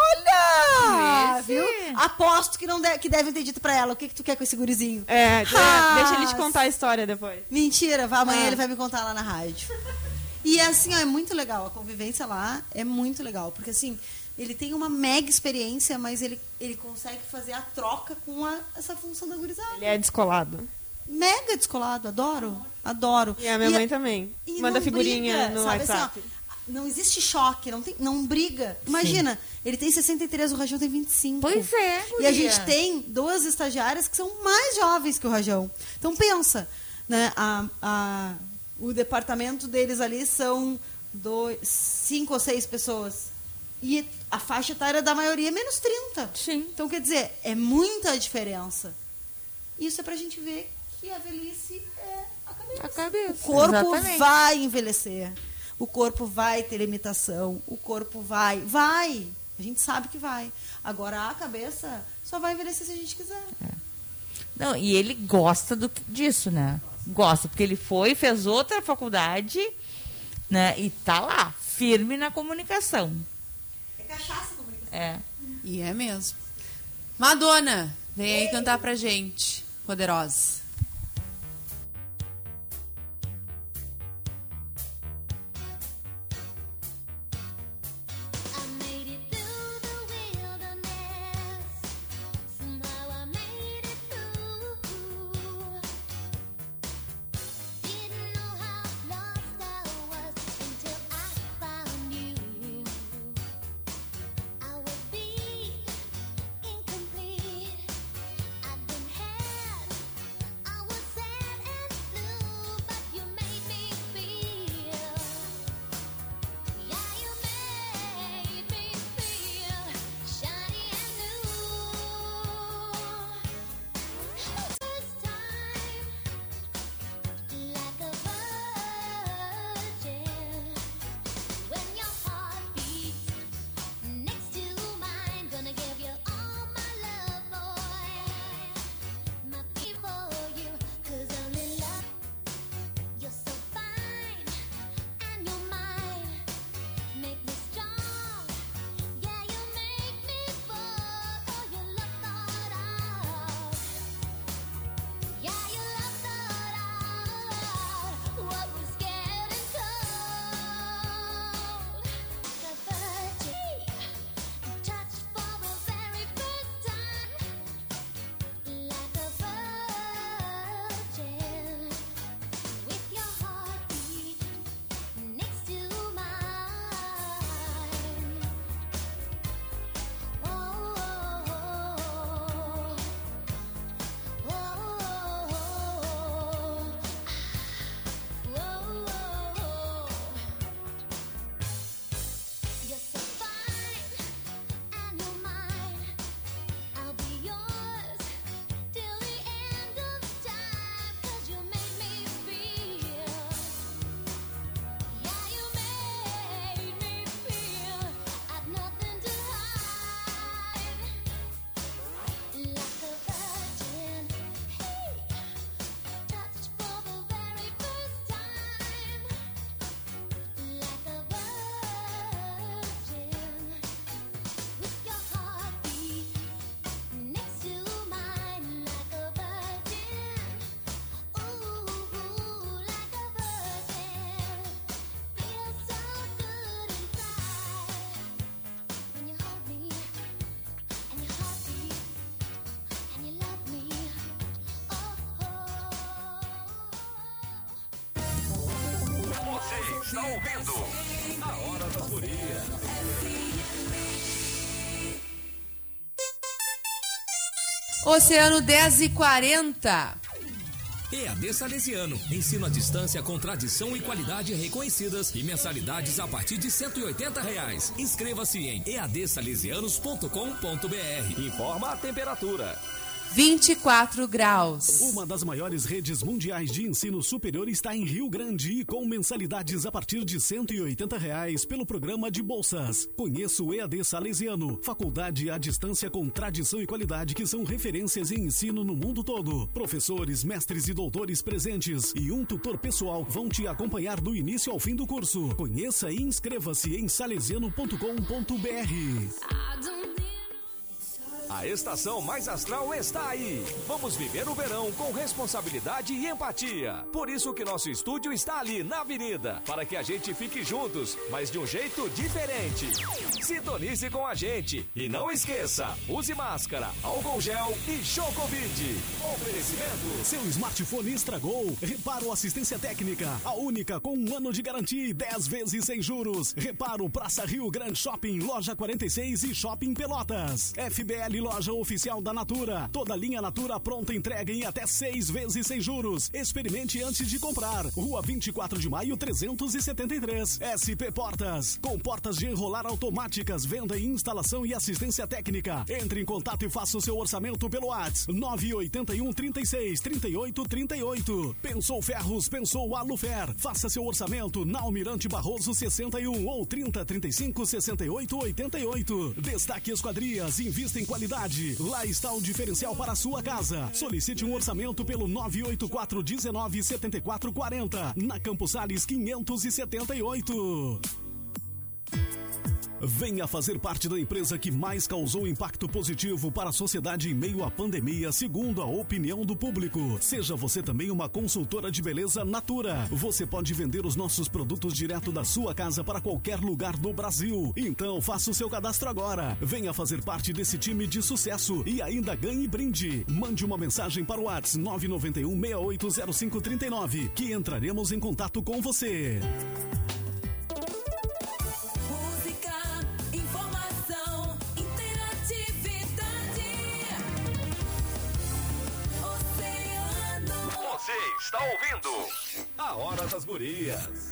Speaker 4: Olha!
Speaker 3: Esse.
Speaker 4: Viu? Aposto que, não de- que devem ter dito pra ela o que, que tu quer com esse gurizinho.
Speaker 2: É, é,
Speaker 4: Ah,
Speaker 2: deixa ele te contar a história depois.
Speaker 4: Mentira, vá, amanhã
Speaker 2: Ah.
Speaker 4: ele vai me contar lá na rádio. E assim, ó, é muito legal. A convivência lá é muito legal. Porque assim, ele tem uma mega experiência, mas ele, ele consegue fazer a troca com a- essa função da gurizada.
Speaker 2: Ele é descolado.
Speaker 4: Mega descolado, adoro. Adoro.
Speaker 2: E a minha mãe também.
Speaker 4: e
Speaker 2: Manda
Speaker 4: não
Speaker 2: figurinha
Speaker 4: briga,
Speaker 2: no
Speaker 4: sabe,
Speaker 2: WhatsApp.
Speaker 4: assim, ó, não existe choque, não, tem, não briga. Imagina, ele tem sessenta e três, o Rajão tem vinte e cinco.
Speaker 3: Pois é,
Speaker 4: E a
Speaker 3: guria.
Speaker 4: gente tem duas estagiárias que são mais jovens que o Rajão. Então pensa, né? A, a, o departamento deles ali são dois, cinco ou seis pessoas. E a faixa etária da maioria é menos trinta.
Speaker 3: Sim.
Speaker 4: Então, quer dizer, é muita diferença. Isso é pra gente ver que a velhice é a cabeça.
Speaker 3: A cabeça.
Speaker 4: O corpo
Speaker 3: Exatamente.
Speaker 4: vai envelhecer. O corpo vai ter limitação. O corpo vai. Vai. A gente sabe que vai. Agora, a cabeça só vai envelhecer se a gente quiser.
Speaker 3: Não, e ele gosta do, disso, né? Gosta, porque ele foi, fez outra faculdade, né? E tá lá, firme na comunicação.
Speaker 4: É cachaça a comunicação.
Speaker 3: É.
Speaker 1: E é mesmo. Madonna, vem aí cantar pra gente. Poderosa.
Speaker 8: I made it through the wilderness. Somehow I made it through. Didn't know how lost I was until I found you. I was beat, incomplete. I've been had
Speaker 5: está ouvindo A Hora das Gurias.
Speaker 1: Oceano dez e quarenta.
Speaker 5: E A D Salesiano, ensino à distância com tradição e qualidade reconhecidas e mensalidades a partir de cento e oitenta reais. Inscreva-se em e a d salesianos ponto com ponto b r. Informa a temperatura.
Speaker 1: vinte e quatro graus.
Speaker 6: Uma das maiores redes mundiais de ensino superior está em Rio Grande e com mensalidades a partir de cento e oitenta reais pelo programa de bolsas. Conheça o E A D Salesiano, faculdade à distância com tradição e qualidade que são referências em ensino no mundo todo. Professores, mestres e doutores presentes e um tutor pessoal vão te acompanhar do início ao fim do curso. Conheça e inscreva-se em salesiano ponto com ponto b r.
Speaker 5: A estação mais astral está aí. Vamos viver o verão com responsabilidade e empatia. Por isso que nosso estúdio está ali na avenida, para que a gente fique juntos, mas de um jeito diferente. Sintonize com a gente e não esqueça, use máscara, álcool gel e show Covid. Oferecimento.
Speaker 6: Seu smartphone estragou? Reparo Assistência Técnica, a única com um ano de garantia e dez vezes sem juros. Reparo Praça Rio Grande Shopping, Loja quarenta e seis e Shopping Pelotas. F B L Loja Oficial da Natura. Toda linha Natura pronta entrega em até seis vezes sem juros. Experimente antes de comprar. Rua vinte e quatro de maio, trezentos e setenta e três. S P Portas. Com portas de enrolar automáticas, venda e instalação e assistência técnica. Entre em contato e faça o seu orçamento pelo WhatsApp nove oito um, trinta e seis, trinta e oito, trinta e oito. Pensou Ferros, pensou Alufer. Faça seu orçamento na Almirante Barroso sessenta e um ou trinta, trinta e cinco, sessenta e oito, oitenta e oito. Destaque Esquadrias, invista em qualidade. Lá está o diferencial para a sua casa. Solicite um orçamento pelo nove oito quatro, dezenove, setenta e quatro, quarenta. Na Campos Sales quinhentos e setenta e oito. Venha fazer parte da empresa que mais causou impacto positivo para a sociedade em meio à pandemia, segundo a opinião do público. Seja você também uma consultora de beleza Natura. Você pode vender os nossos produtos direto da sua casa para qualquer lugar do Brasil. Então faça o seu cadastro agora. Venha fazer parte desse time de sucesso e ainda ganhe brinde. Mande uma mensagem para o WhatsApp nove nove um, seis oito zero cinco, três nove que entraremos em contato com você.
Speaker 5: Você está ouvindo A Hora das Gurias.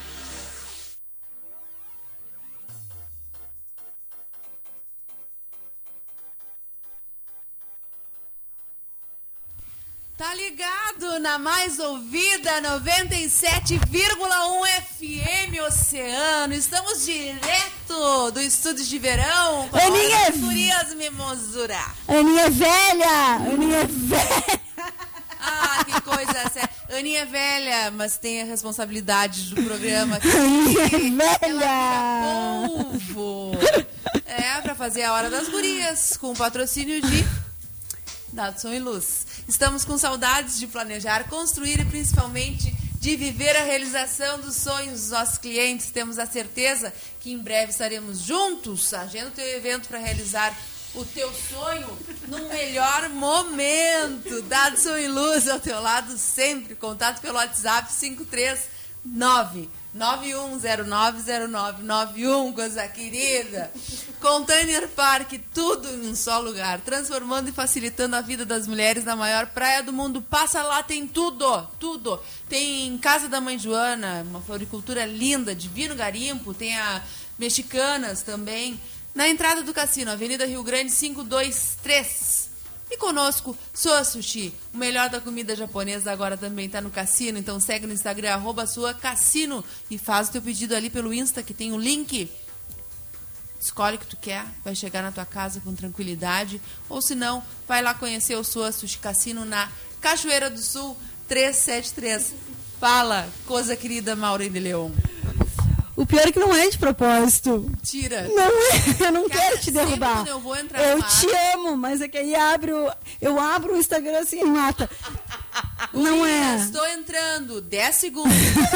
Speaker 1: Tá ligado na mais ouvida noventa e sete vírgula um F M Oceano. Estamos direto do estúdio de verão com
Speaker 4: Aninha,
Speaker 1: as Gurias Mimosura.
Speaker 4: Aninha velha, Aninha velha.
Speaker 1: Ah, que coisa séria. Aninha é velha, mas tem a responsabilidade do programa aqui.
Speaker 4: Aninha é
Speaker 1: Ela
Speaker 4: velha.
Speaker 1: vira polvo. É, pra fazer a Hora das Gurias, com patrocínio de Datsun e Luz. Estamos com saudades de planejar, construir e principalmente de viver a realização dos sonhos dos nossos clientes. Temos a certeza que em breve estaremos juntos, agenda o teu evento para realizar o teu sonho no melhor momento. Datsun e Luz ao teu lado sempre. Contato pelo WhatsApp cinco três nove, nove um zero nove, zero nove nove um, coisa querida. Container Park, tudo em um só lugar, transformando e facilitando a vida das mulheres na maior praia do mundo. Passa lá, tem tudo, tudo. Tem Casa da Mãe Joana, uma floricultura linda, Divino Garimpo, tem a Mexicanas também. Na entrada do cassino, Avenida Rio Grande quinhentos e vinte e três. E conosco, Sua Sushi, o melhor da comida japonesa agora também está no cassino. Então segue no Instagram, arroba Sua Cassino, e faz o teu pedido ali pelo Insta, que tem o link. Escolhe o que tu quer, vai chegar na tua casa com tranquilidade. Ou se não, vai lá conhecer o Sua Sushi Cassino na Cachoeira do Sul trezentos e setenta e três. Fala, coisa querida Maureen de Leon.
Speaker 4: O pior é que não é de propósito.
Speaker 1: Tira.
Speaker 4: Não é, eu não
Speaker 1: Cara,
Speaker 4: quero te
Speaker 1: sempre
Speaker 4: derrubar.
Speaker 1: quando eu vou entrar
Speaker 4: Eu
Speaker 1: no ar-
Speaker 4: te amo, mas é que aí abre o, eu abro o Instagram assim e mata. Não
Speaker 1: Gurias,
Speaker 4: é.
Speaker 1: Estou entrando. dez segundos.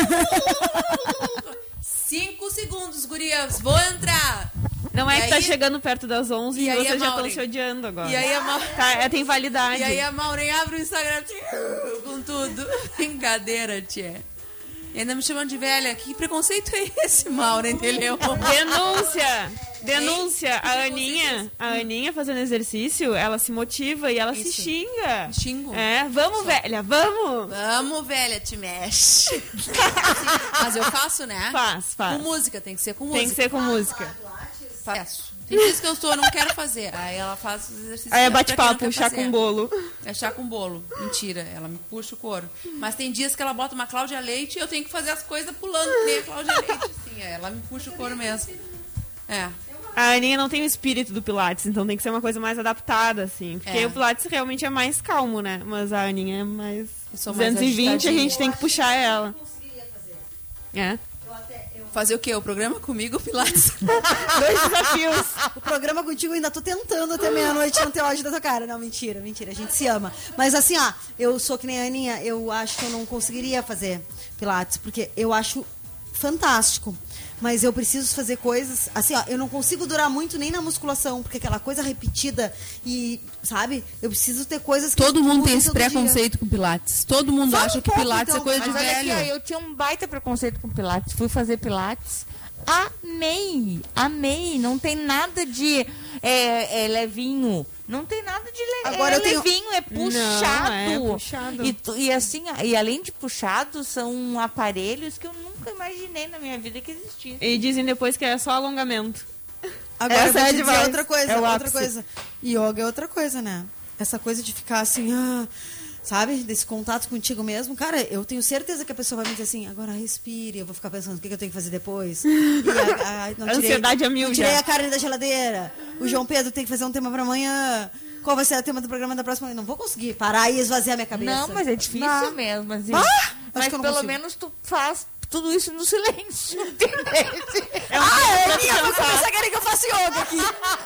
Speaker 1: cinco segundos, gurias. Vou entrar.
Speaker 2: Não é
Speaker 1: E
Speaker 2: que tá
Speaker 1: aí-
Speaker 2: chegando perto das onze
Speaker 1: E
Speaker 2: e,
Speaker 1: aí,
Speaker 2: vocês
Speaker 1: a
Speaker 2: já estão
Speaker 1: Maureen?
Speaker 2: se odiando agora.
Speaker 1: E aí a Ma-
Speaker 2: Tá, é, tem validade.
Speaker 1: E aí a Maureen abre o Instagram com tudo. Brincadeira, tia. E ainda me chamando de velha. Que preconceito é esse, Maura, entendeu?
Speaker 2: Denúncia! Denúncia! A Aninha, a Aninha fazendo exercício, ela se motiva e ela se
Speaker 1: Isso.
Speaker 2: xinga.
Speaker 1: Me xingo.
Speaker 2: É, vamos, velha, vamos!
Speaker 1: Vamos, velha, te mexe. Mas eu faço, né?
Speaker 2: Faz, faz.
Speaker 1: Com música, tem que ser com música.
Speaker 2: Tem que ser com música.
Speaker 1: Faço. Tem dias que eu estou, eu não quero fazer. Aí ela faz os exercícios.
Speaker 2: Aí é
Speaker 1: pra quem não
Speaker 2: bate-papo,
Speaker 1: quer
Speaker 2: chá
Speaker 1: fazer.
Speaker 2: com bolo.
Speaker 1: É chá com bolo. Mentira, ela me puxa o couro. Mas tem dias que ela bota uma Cláudia Leite e eu tenho que fazer as coisas pulando, que nem a Cláudia Leite. Sim, ela me puxa o couro mesmo. É.
Speaker 2: A Aninha não tem o espírito do Pilates, então tem que ser uma coisa mais adaptada, assim. Porque
Speaker 1: É.
Speaker 2: o Pilates realmente é mais calmo, né? Mas a Aninha é mais...
Speaker 1: Eu sou mais
Speaker 2: duzentos e vinte, a
Speaker 1: agitadinha.
Speaker 2: gente tem que puxar ela. É.
Speaker 1: Fazer o quê? O programa comigo, Pilates?
Speaker 2: Dois desafios.
Speaker 4: O programa contigo eu ainda tô tentando até meia-noite não ter ódio da tua cara. Não, mentira, mentira. A gente se ama. Mas assim, ó, eu sou que nem a Aninha, eu acho que eu não conseguiria fazer Pilates, porque eu acho fantástico. Mas eu preciso fazer coisas, assim, ó, eu não consigo durar muito nem na musculação, porque aquela coisa repetida e, sabe? Eu preciso ter coisas que
Speaker 1: Todo mundo tem
Speaker 4: mudem
Speaker 1: esse
Speaker 4: todo dia.
Speaker 1: preconceito com Pilates. Todo mundo
Speaker 4: Só um
Speaker 1: acha que
Speaker 4: pouco,
Speaker 1: Pilates
Speaker 4: então.
Speaker 1: é coisa de
Speaker 3: Mas olha aqui,
Speaker 1: velho.
Speaker 3: ó, eu tinha um baita preconceito com Pilates. Fui fazer Pilates. Amei. Amei. Não tem nada de é, é, levinho. Não tem nada de le
Speaker 4: Agora
Speaker 3: é
Speaker 4: eu tenho-
Speaker 3: levinho, é puxado.
Speaker 2: Não, é puxado.
Speaker 3: E, tu- e assim, e além de puxado, são aparelhos que eu nunca imaginei na minha vida que existiam.
Speaker 2: E dizem depois que é só alongamento.
Speaker 4: Agora
Speaker 2: Essa
Speaker 4: eu vou
Speaker 2: é
Speaker 4: te dizer
Speaker 2: demais.
Speaker 4: outra coisa,
Speaker 2: É o
Speaker 4: outra
Speaker 2: ápice.
Speaker 4: coisa. Yoga é outra coisa, né? Essa coisa de ficar assim, ah, sabe? Desse contato contigo mesmo. Cara, eu tenho certeza que a pessoa vai me dizer assim, agora respire, eu vou ficar pensando o que, que eu tenho que fazer depois. E a, a, não
Speaker 2: A ansiedade é mil
Speaker 4: não tirei
Speaker 2: já.
Speaker 4: a carne da geladeira. O João Pedro tem que fazer um tema pra amanhã. Qual vai ser o tema do programa da próxima? Eu não vou conseguir parar e esvaziar minha cabeça.
Speaker 3: Não, mas é difícil
Speaker 4: Não.
Speaker 3: mesmo. Assim.
Speaker 4: Ah, acho
Speaker 3: mas
Speaker 4: que eu não
Speaker 3: pelo
Speaker 4: consigo.
Speaker 3: menos tu faz tudo isso no silêncio, entendeu?
Speaker 4: Ah, é minha, vai começar a querer que eu faça yoga aqui.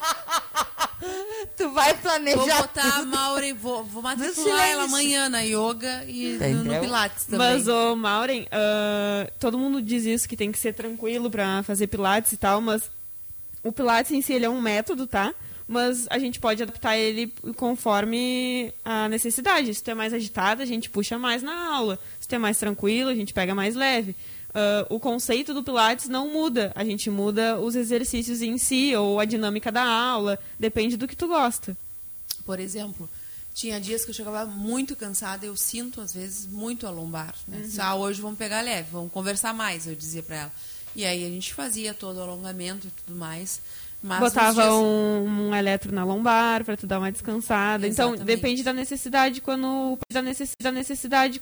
Speaker 3: Tu vai
Speaker 1: Vou
Speaker 3: planejar
Speaker 1: botar a
Speaker 3: tudo.
Speaker 1: Maureen, vou, vou matricular
Speaker 3: silêncio.
Speaker 1: ela amanhã na yoga e no, no
Speaker 3: Entendeu?
Speaker 1: Pilates também.
Speaker 2: Mas, ô, Maureen, ah, todo mundo diz isso, que tem que ser tranquilo pra fazer Pilates e tal, mas o Pilates em si, ele é um método, tá? Mas a gente pode adaptar ele conforme a necessidade. Se tu é mais agitada, a gente puxa mais na aula. Se tu é mais tranquilo, a gente pega mais leve. Ah, o conceito do Pilates não muda. A gente muda os exercícios em si, ou a dinâmica da aula. Depende do que tu gosta.
Speaker 1: Por exemplo, tinha dias que eu chegava muito cansada, eu sinto, às vezes, muito a lombar. Né?
Speaker 2: Uhum.
Speaker 1: Ah, hoje vamos pegar leve, vamos conversar mais, eu dizia pra ela. E aí a gente fazia todo o alongamento e tudo mais. Mas nos
Speaker 2: Botava
Speaker 1: dias-
Speaker 2: um, um eletro na lombar pra tu dar uma descansada. Então,
Speaker 1: Exatamente.
Speaker 2: depende da necessidade quando. Da necessidade, da necessidade.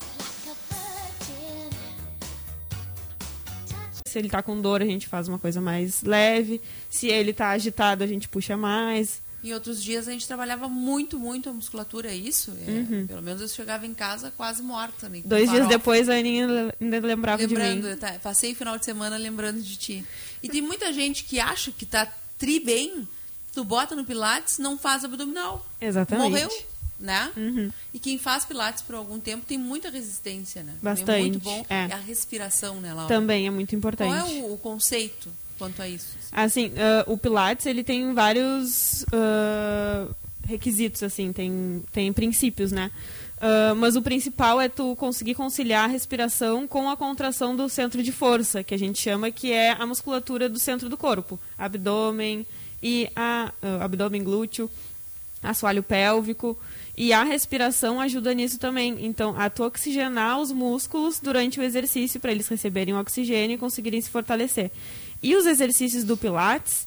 Speaker 2: Se ele tá com dor, a gente faz uma coisa mais leve. Se ele tá agitado, a gente puxa mais.
Speaker 1: Em outros dias a gente trabalhava muito, muito a musculatura, é isso? É,
Speaker 2: Uhum.
Speaker 1: Pelo menos eu chegava em casa quase morta. Né, com
Speaker 2: Dois dias
Speaker 1: farofa.
Speaker 2: depois, a Aninha ainda lembrava
Speaker 1: Lembrando,
Speaker 2: de mim.
Speaker 1: eu tá- passei o final de semana lembrando de ti. E tem muita gente que acha que tá tri bem, tu bota no Pilates, não faz abdominal.
Speaker 2: Exatamente.
Speaker 1: Morreu, né?
Speaker 2: Uhum.
Speaker 1: E quem faz Pilates por algum tempo tem muita resistência, né?
Speaker 2: Bastante,
Speaker 1: É muito bom.
Speaker 2: é.
Speaker 1: A respiração, né, Laura?
Speaker 2: Também é muito importante.
Speaker 1: Qual é o, o conceito quanto a isso?
Speaker 2: Assim, ah, o Pilates, ele tem vários ah, requisitos, assim, tem, tem princípios, né? Ah, mas o principal é tu conseguir conciliar a respiração com a contração do centro de força, que a gente chama que é a musculatura do centro do corpo. Abdômen e a ah, abdômen glúteo, assoalho pélvico. E a respiração ajuda nisso também. Então, a tu oxigenar os músculos durante o exercício para eles receberem o oxigênio e conseguirem se fortalecer. E os exercícios do Pilates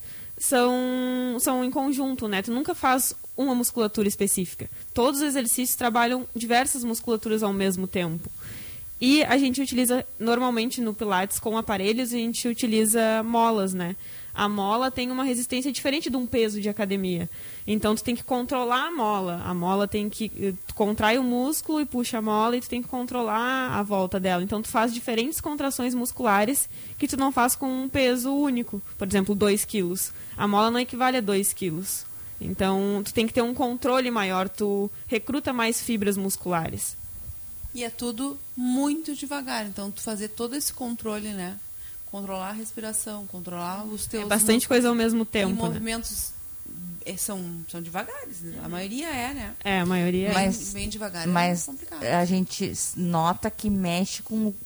Speaker 2: são, são em conjunto, né? Tu nunca faz uma musculatura específica. Todos os exercícios trabalham diversas musculaturas ao mesmo tempo. E a gente utiliza, normalmente no Pilates, com aparelhos, a gente utiliza molas, né? A mola tem uma resistência diferente de um peso de academia. Então, tu tem que controlar a mola. A mola tem que... Tu contrai o músculo e puxa a mola e tu tem que controlar a volta dela. Então, tu faz diferentes contrações musculares que tu não faz com um peso único. Por exemplo, dois quilos. A mola não equivale a dois quilos. Então, tu tem que ter um controle maior. Tu recruta mais fibras musculares.
Speaker 1: E é tudo muito devagar. Então, tu fazer todo esse controle, né? Controlar a respiração, controlar os teus...
Speaker 2: É bastante coisa ao mesmo
Speaker 1: E
Speaker 2: tempo, né?
Speaker 1: movimentos é, são, são devagares. Né? A maioria é, né?
Speaker 2: É, a maioria é.
Speaker 1: Bem,
Speaker 3: Mas-
Speaker 1: bem devagar.
Speaker 3: Mas
Speaker 1: é complicado.
Speaker 3: a gente nota que mexe com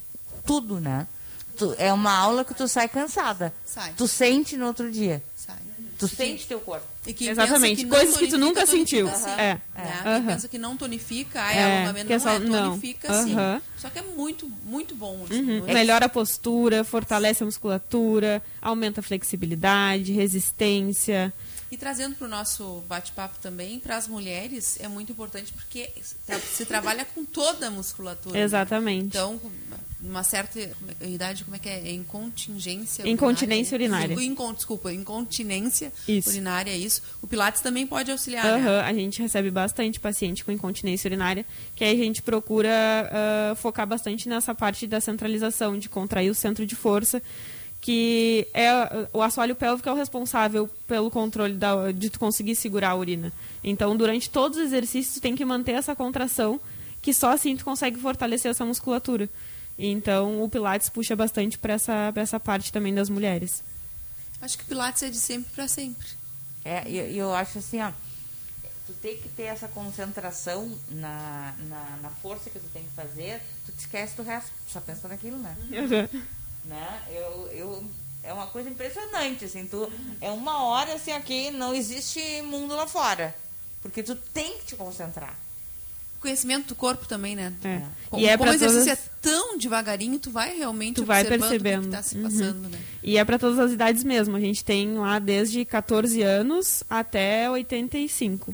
Speaker 3: tudo, né? Tu, é uma aula que tu sai cansada.
Speaker 1: Sai.
Speaker 3: Tu sente no outro dia.
Speaker 1: Sai.
Speaker 3: Tu sente teu corpo.
Speaker 1: E quem
Speaker 2: Exatamente.
Speaker 1: pensa que não
Speaker 2: Coisas que tu
Speaker 1: tonifica,
Speaker 2: nunca sentiu.
Speaker 1: tonifica sim,
Speaker 2: É.
Speaker 1: né?
Speaker 2: É.
Speaker 1: Quem
Speaker 2: Aham.
Speaker 1: pensa que não tonifica, ah, é,
Speaker 2: É,
Speaker 1: alongamento,
Speaker 2: que é
Speaker 1: não
Speaker 2: só-
Speaker 1: é,
Speaker 2: não.
Speaker 1: tonifica sim.
Speaker 2: Aham.
Speaker 1: Só que é muito, muito bom. Assim,
Speaker 2: Uhum.
Speaker 1: não é?
Speaker 2: Melhora a postura, fortalece a musculatura, aumenta a flexibilidade, resistência.
Speaker 1: E trazendo para o nosso bate-papo também, para as mulheres é muito importante porque tra- se trabalha com toda a musculatura. né?
Speaker 2: Exatamente.
Speaker 1: Então, uma certa idade, como é que é? É incontingência
Speaker 2: Incontinência urinária.
Speaker 1: Desculpa, incon- desculpa, incontinência
Speaker 2: Isso.
Speaker 1: urinária, é isso. O Pilates também pode auxiliar,
Speaker 2: Aham,
Speaker 1: né?
Speaker 2: a gente recebe bastante paciente com incontinência urinária, que aí a gente procura ah, focar bastante nessa parte da centralização, de contrair o centro de força, que é o assoalho pélvico é o responsável pelo controle da, de tu conseguir segurar a urina. Então, durante todos os exercícios, tu tem que manter essa contração, que só assim tu consegue fortalecer essa musculatura. Então, o Pilates puxa bastante para essa, pra essa parte também das mulheres.
Speaker 1: Acho que o Pilates é de sempre para sempre.
Speaker 3: É, e eu, eu acho assim, ó, tu tem que ter essa concentração na, na, na força que tu tem que fazer, tu te esquece do resto, só pensa naquilo, né? né? Eu, eu, é uma coisa impressionante, assim, tu, é uma hora assim aqui, não existe mundo lá fora, porque tu tem que te concentrar.
Speaker 1: Conhecimento do corpo também, né?
Speaker 2: É.
Speaker 1: Como,
Speaker 2: E é
Speaker 1: como o
Speaker 2: pra
Speaker 1: exercício
Speaker 2: todas-
Speaker 1: é tão devagarinho, tu vai realmente
Speaker 2: Tu vai
Speaker 1: observando
Speaker 2: percebendo.
Speaker 1: o que está se
Speaker 2: Uhum.
Speaker 1: passando, né?
Speaker 2: E é para todas as idades mesmo. A gente tem lá desde catorze anos até oitenta e cinco.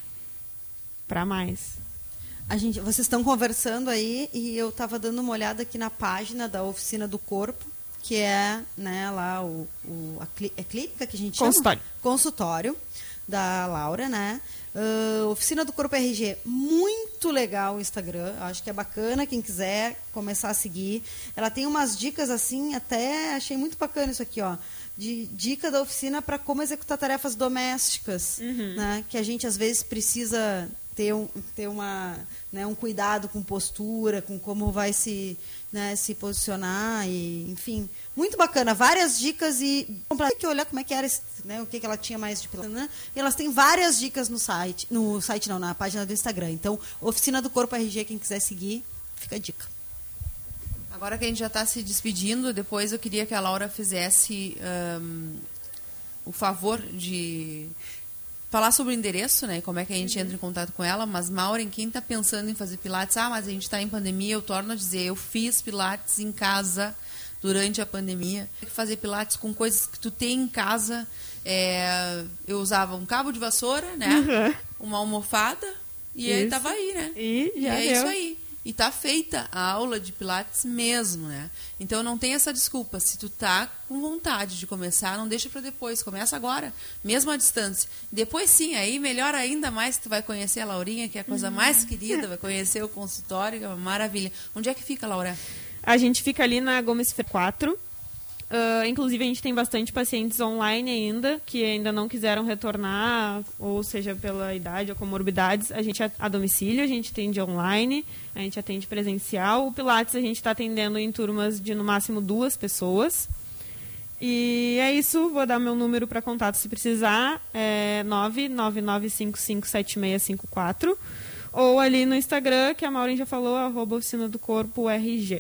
Speaker 2: Para mais.
Speaker 4: A gente, vocês estão conversando aí e eu estava dando uma olhada aqui na página da Oficina do Corpo, que é, né, lá o, o a clí- é clínica que a gente chama?
Speaker 2: Consultório.
Speaker 4: Consultório da Laura, né? Uh, Oficina do Corpo R G, muito legal o Instagram, eu acho que é bacana quem quiser começar a seguir. Ela tem umas dicas assim, até achei muito bacana isso aqui, ó, de dica da oficina para como executar tarefas domésticas, né? Que a gente às vezes precisa ter um, ter uma, né, um cuidado com postura, com como vai se, né, se posicionar e, enfim, muito bacana, várias dicas e tem que olhar como é que era, esse, né, o que, que ela tinha mais de plano, né? E elas têm várias dicas no site, no site não, na página do Instagram. Então, Oficina do Corpo R G, quem quiser seguir, fica a dica.
Speaker 1: Agora que a gente já está se despedindo, depois eu queria que a Laura fizesse ahn, o favor de falar sobre o endereço, né? Como é que a gente entra em contato com ela. Mas, Maureen, quem está pensando em fazer Pilates, ah, mas a gente está em pandemia, eu torno a dizer, eu fiz Pilates em casa durante a pandemia. Tem que fazer Pilates com coisas que tu tem em casa. É, eu usava um cabo de vassoura, né? Uma almofada e aí
Speaker 2: Isso.
Speaker 1: tava aí, né?
Speaker 2: E já
Speaker 1: é
Speaker 2: deu.
Speaker 1: isso aí. E tá feita a aula de Pilates mesmo, né? Então não tem essa desculpa. Se tu tá com vontade de começar, não deixa para depois. Começa agora, mesmo à distância. Depois sim, aí melhor ainda mais que tu vai conhecer a Laurinha, que é a coisa mais querida, vai conhecer o consultório, que é uma maravilha. Onde é que fica, Laura?
Speaker 2: A gente fica ali na Gomes Ferreira quatro. Uh, inclusive, a gente tem bastante pacientes online ainda, que ainda não quiseram retornar, ou seja, pela idade ou comorbidades. A gente a, a domicílio, a gente atende online, a gente atende presencial. O Pilates a gente está atendendo em turmas de no máximo duas pessoas. E é isso, vou dar meu número para contato se precisar, é nove nove nove cinco cinco sete seis cinco quatro, ou ali no Instagram, que a Maureen já falou, arroba Oficina do Corpo R G.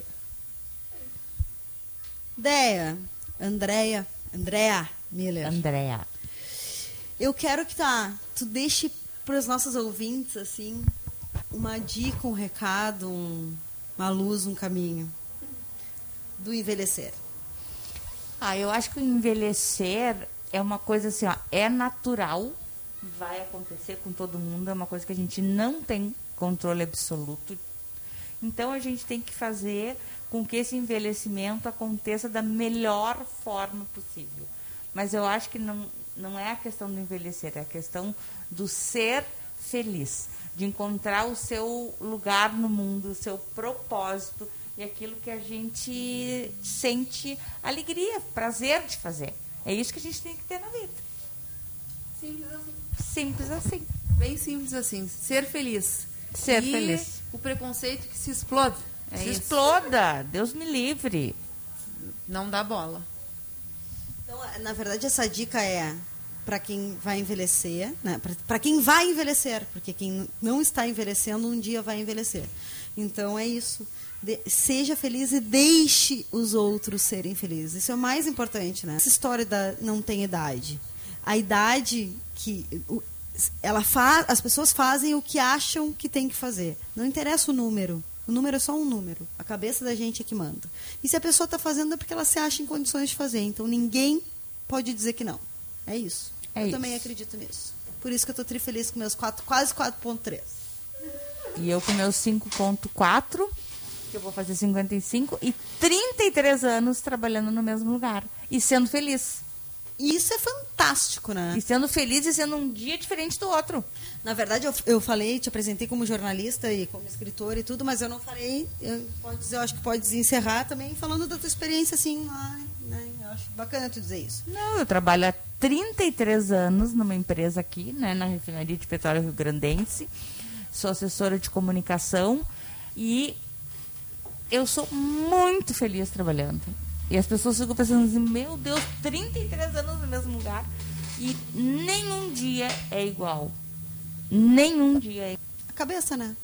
Speaker 4: Deia, Andréia, Andréa Miller.
Speaker 3: Andréa.
Speaker 4: Eu quero que tá, tu deixe para os nossos ouvintes assim uma dica, um recado, um, uma luz, um caminho do envelhecer.
Speaker 3: Ah, eu acho que o envelhecer é uma coisa assim, ó, é natural, vai acontecer com todo mundo, é uma coisa que a gente não tem controle absoluto. Então a gente tem que fazer com que esse envelhecimento aconteça da melhor forma possível. Mas eu acho que não, não é a questão do envelhecer, é a questão do ser feliz, de encontrar o seu lugar no mundo, o seu propósito e aquilo que a gente sente alegria, prazer de fazer. É isso que a gente tem que ter na vida.
Speaker 1: Simples assim.
Speaker 3: Simples assim.
Speaker 1: Bem simples assim. Ser feliz.
Speaker 3: Ser
Speaker 1: e
Speaker 3: feliz.
Speaker 1: O preconceito que se exploda. É
Speaker 3: Se
Speaker 1: isso.
Speaker 3: exploda, Deus me livre.
Speaker 1: Não dá bola.
Speaker 4: Então, na verdade, essa dica é para quem vai envelhecer, né? Para quem vai envelhecer, porque quem não está envelhecendo um dia vai envelhecer. Então é isso. De- seja feliz e deixe os outros serem felizes. Isso é o mais importante, né? Essa história da não tem idade. A idade que o- ela fa- as pessoas fazem o que acham que tem que fazer. Não interessa o número. O número é só um número. A cabeça da gente é que manda. E se a pessoa está fazendo é porque ela se acha em condições de fazer. Então ninguém pode dizer que não. É isso.
Speaker 3: É
Speaker 4: eu
Speaker 3: isso.
Speaker 4: também acredito nisso. Por isso que eu estou tri feliz com meus quatro, quase quatro ponto três.
Speaker 3: E eu com meus cinco ponto quatro, que eu vou fazer cinquenta e cinco, e trinta e três anos trabalhando no mesmo lugar. E sendo feliz.
Speaker 4: E isso é fantástico, né?
Speaker 3: E sendo feliz e sendo um dia diferente do outro.
Speaker 4: Na verdade, eu, eu falei, te apresentei como jornalista e como escritora e tudo, mas eu não falei, eu, pode dizer, eu acho que pode encerrar também falando da tua experiência, assim, lá, né? Eu acho bacana tu dizer isso.
Speaker 3: Não, eu trabalho há trinta e três anos numa empresa aqui, né, na refinaria de petróleo Rio Grandense. Sou assessora de comunicação e eu sou muito feliz trabalhando. E as pessoas ficam pensando assim, meu Deus, trinta e três anos no mesmo lugar e nenhum dia é igual. Nenhum dia é igual.
Speaker 4: A cabeça, né?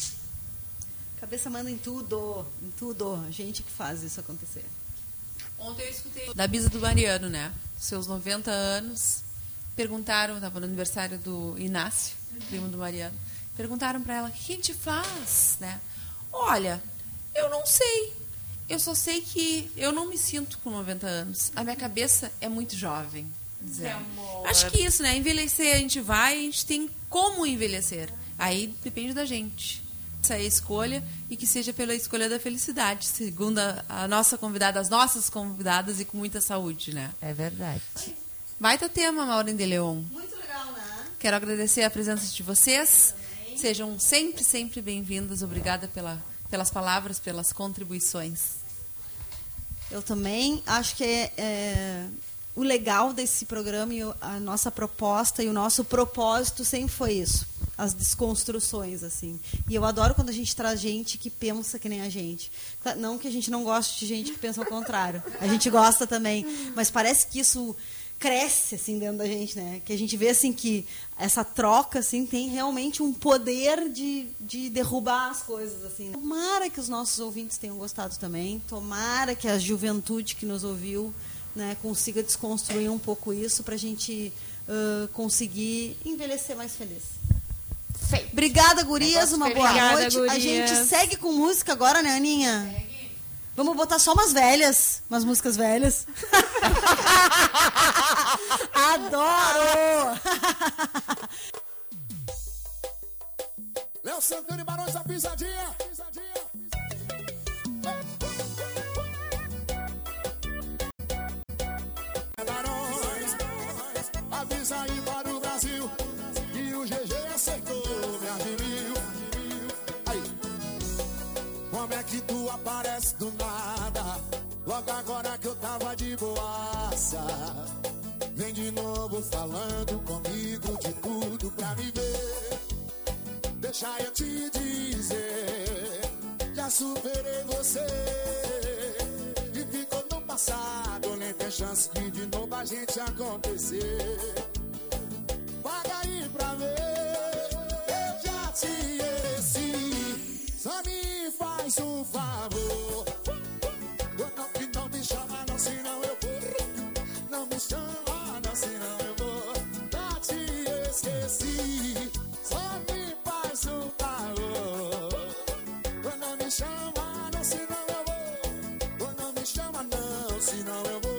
Speaker 4: A cabeça manda em tudo, em tudo. A gente que faz isso acontecer.
Speaker 1: Ontem eu escutei da Bisa do Mariano, né? Seus noventa anos. Perguntaram, estava no aniversário do Inácio, primo do Mariano. Perguntaram para ela, o que a gente faz, né? Olha, eu não sei. Eu só sei que eu não me sinto com noventa anos. A minha cabeça é muito jovem. Dizer. Acho que isso, né? Envelhecer, a gente vai, a gente tem como envelhecer. Aí depende da gente. Essa é a escolha e que seja pela escolha da felicidade, segundo a, a nossa convidada, as nossas convidadas e com muita saúde, né?
Speaker 3: É verdade.
Speaker 1: Baita tema, Maureen de Leon.
Speaker 4: Muito legal, né?
Speaker 1: Quero agradecer a presença de vocês. Sejam sempre, sempre bem-vindas. Obrigada pela, pelas palavras, pelas contribuições.
Speaker 4: Eu também acho que é, é, o legal desse programa e o- a nossa proposta e o nosso propósito sempre foi isso, as desconstruções, assim. E eu adoro quando a gente traz gente que pensa que nem a gente. Tá, não que a gente não goste de gente que pensa ao contrário. A gente gosta também, mas parece que isso cresce assim dentro da gente, né? Que a gente vê assim que essa troca assim tem realmente um poder de, de derrubar as coisas assim. Né? Tomara que os nossos ouvintes tenham gostado também. Tomara que a juventude que nos ouviu, né, consiga desconstruir um pouco isso para a gente uh, conseguir envelhecer mais feliz. Obrigada, gurias.
Speaker 3: Negócio
Speaker 4: Uma
Speaker 3: feliz.
Speaker 4: boa
Speaker 2: Obrigada,
Speaker 4: noite. A
Speaker 2: gurias.
Speaker 4: gente segue com música agora, né, Aninha? Vamos botar só umas velhas, umas músicas velhas. Adoro!
Speaker 7: Léo Santana e Barões da Pisadinha. Barões, avisa aí para o Brasil que o G G aceitou me admiro. Aí, como é que tu aparece do nada? Logo agora que eu tava de boaça. Vem de novo falando comigo de tudo pra me ver. Deixa eu te dizer, já superei você. E ficou no passado, nem tem chance de de novo a gente acontecer. Paga aí pra ver, eu já te esqueci. Só me faz um favor. Eu não, que não me chama não, senão eu vou. Não me chama não, senão eu vou. Já te esqueci. Só me faz um favor. Eu não me chama não, senão eu vou. Eu não me chama não, senão eu vou.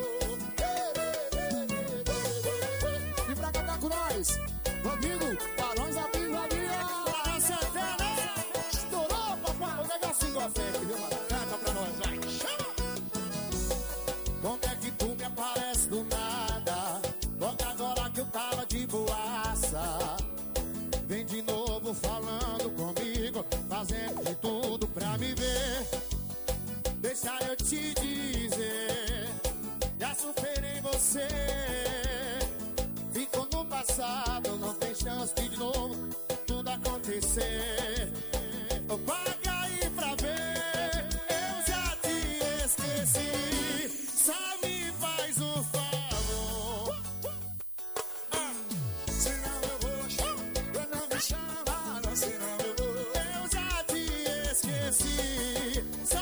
Speaker 7: E pra cantar com nós, Rodrigo, Barões da Pisadinha. Estourou, papai, o negocinho do afeto, viu, mano? Canta pra nós, vai, chama! Como é que tu me aparece do nada? Logo agora que eu tava de boaça. Vem de novo falando comigo, fazendo de tudo pra me ver. Deixa eu te dizer, já superei você. Ficou no passado, não tem chance de de novo tudo acontecer. Paga aí pra ver, eu já te esqueci. Só me faz um favor. Ah, senão eu vou, eu não me chama, não, senão eu vou. Eu já te esqueci.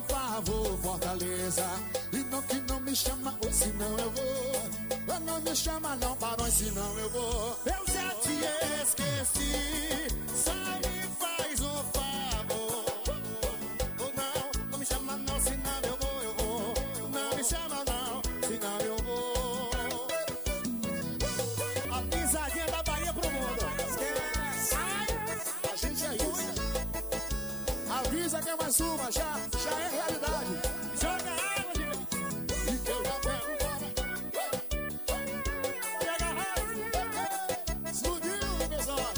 Speaker 7: por favor, Fortaleza. E não que não me chama, ou senão eu vou. Não me chama não, Barões, senão eu vou. Eu já te esqueci, só me faz um favor. Ou não, não me chama não, senão eu vou, eu vou. Não me chama não, senão eu vou. A pisadinha da Bahia pro mundo. Esquece. A gente é isso. Avisa que é mais uma, já, já é realidade. Joga água, gente. E que eu já pego. Pega a raiva. Explodiu, pessoal.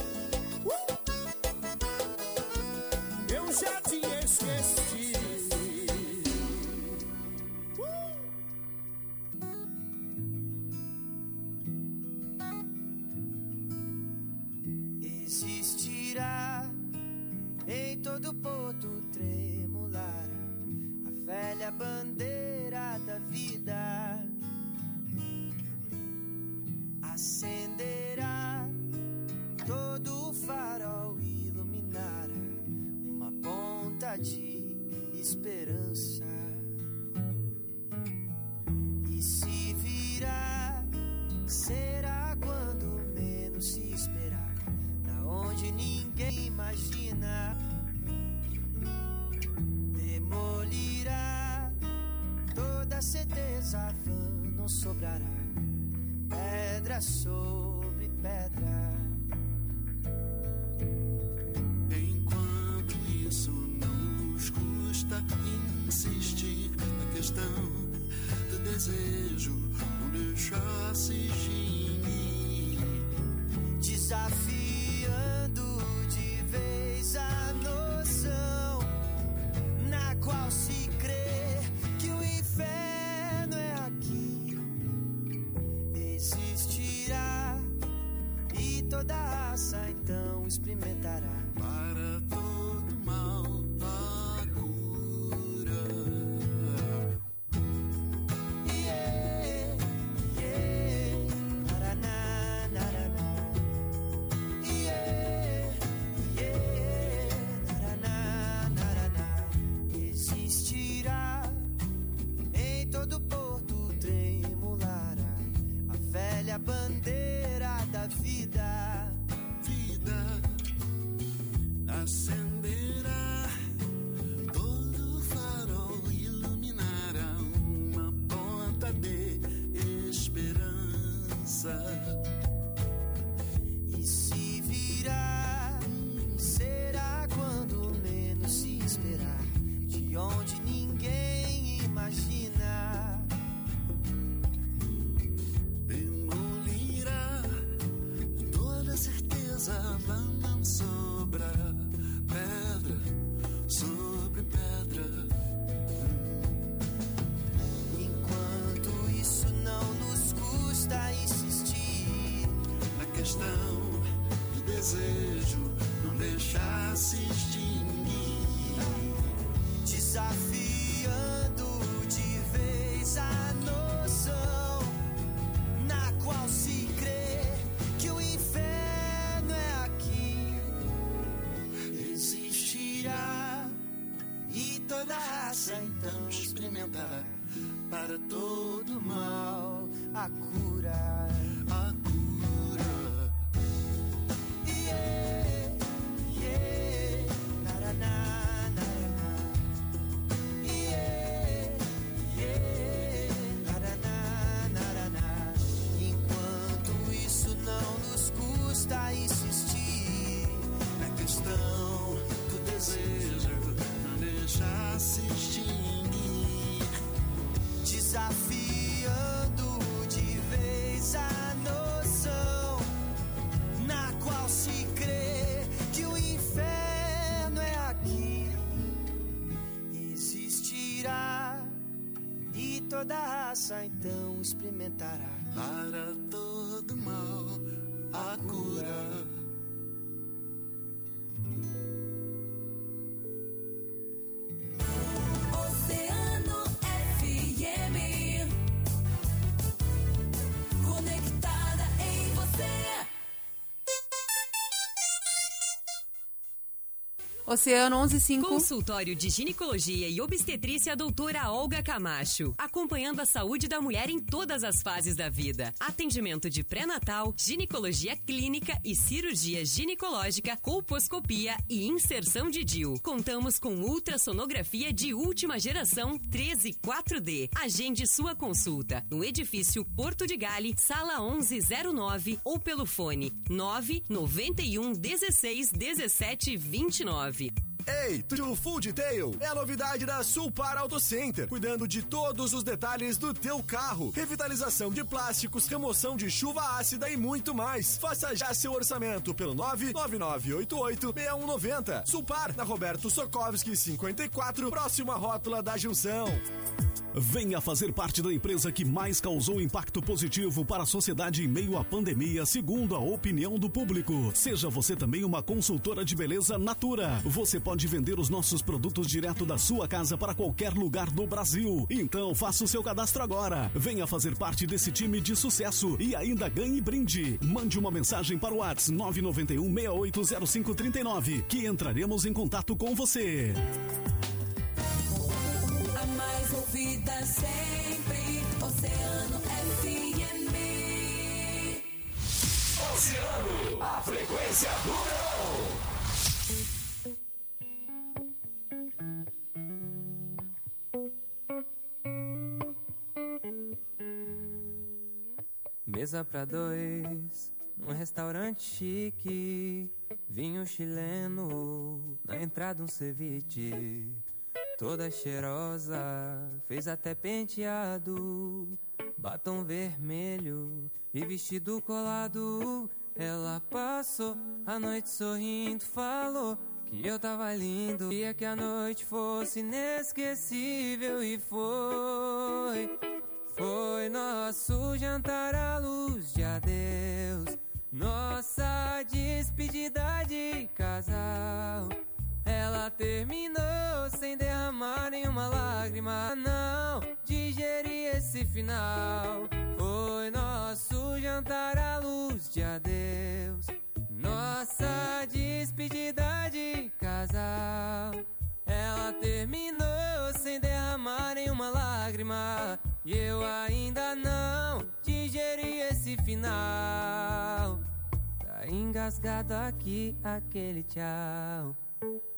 Speaker 7: Uh! Eu já te esqueci.
Speaker 9: Existirá em todo porto tremular a velha bandeira da vida. Acenderá todo o farol, iluminará uma ponta de esperança. E se virá, será quando menos se esperar, da onde ninguém imagina. Demolirá toda certeza vã, não sobrará pedra sobre pedra.
Speaker 10: Enquanto isso não nos custa insistir na questão do desejo, não deixar se extinguir,
Speaker 9: desafiando de vez a noção na qual se crê que o inferno é aqui. Existirá e toda raça então experimentará
Speaker 10: para todo mal a cura.
Speaker 9: Yeah, yeah, naraná, naraná. Yeah, yeah, naraná, naraná. Existirá em todo porto tremulará a velha bandeira da vida.
Speaker 10: Vida acenderá, todo farol iluminará uma ponta de esperança.
Speaker 9: E se virá, será quando menos se esperar, de onde ninguém imagina.
Speaker 10: Demolirá toda certeza, vã, não sobra pedra sobre pedra.
Speaker 9: Enquanto isso não nos custa insistir
Speaker 10: Na questão do desejo, não deixar se extinguir,
Speaker 9: desafiando de vez a noção na qual se crê que o inferno é aqui.
Speaker 10: existirá e toda raça então experimentará para todo mal
Speaker 9: A cura.
Speaker 10: a cura.
Speaker 9: Yeah, yeah, naraná, naraná. Yeah, yeah, naraná, naraná. Enquanto isso não nos custa insistir
Speaker 10: Na questão do desejo, não deixar se extinguir,
Speaker 9: desafiando de vez a noção na qual se crê que o inferno é aqui. Existirá e toda raça então experimentará
Speaker 10: para todo mal a cura.
Speaker 11: Oceano F M, conectada em você.
Speaker 1: Oceano onze cinco.
Speaker 12: Consultório de Ginecologia e Obstetrícia doutora Olga Camacho. Acompanhando a saúde da mulher em todas as fases da vida. Atendimento de pré-natal, ginecologia clínica e cirurgia ginecológica, colposcopia e inserção de D I U. Contamos com ultrassonografia de última geração treze quatro D. Agende sua consulta no edifício Porto de Gale, sala onze zero nove ou pelo fone nove nove um dezesseis dezessete vinte e nove.
Speaker 13: Ei, tu Full Detail é a novidade da Sulpar Auto Center, cuidando de todos os detalhes do teu carro. Revitalização de plásticos, remoção de chuva ácida e muito mais. Faça já seu orçamento pelo nove nove nove oito oito seis um nove zero. Sulpar, na Roberto Sokovski cinquenta e quatro, próximo à rótula da Junção.
Speaker 6: Venha fazer parte da empresa que mais causou impacto positivo para a sociedade em meio à pandemia, segundo a opinião do público. Seja você também uma consultora de beleza Natura. Você pode vender os nossos produtos direto da sua casa para qualquer lugar do Brasil. Então faça o seu cadastro agora. Venha fazer parte desse time de sucesso e ainda ganhe brinde. Mande uma mensagem para o WhatsApp nove nove um seis oito zero cinco três nove que entraremos em contato com você.
Speaker 11: A mais ouvida sempre, Oceano F M.
Speaker 5: Oceano, a frequência número um.
Speaker 9: Mesa pra dois, num restaurante chique, vinho chileno, na entrada um ceviche. Toda cheirosa, fez até penteado, batom vermelho e vestido colado. Ela passou a noite sorrindo, falou que eu tava lindo, queria que a noite fosse inesquecível e foi. Foi nosso jantar à luz de adeus, nossa despedida de casal. Ela terminou sem derramar nenhuma lágrima, não digeri esse final. Foi nosso jantar à luz de adeus, nossa despedida de casal. Ela terminou sem derramar nenhuma lágrima, e eu ainda não digeri esse final. Tá engasgado aqui aquele tchau.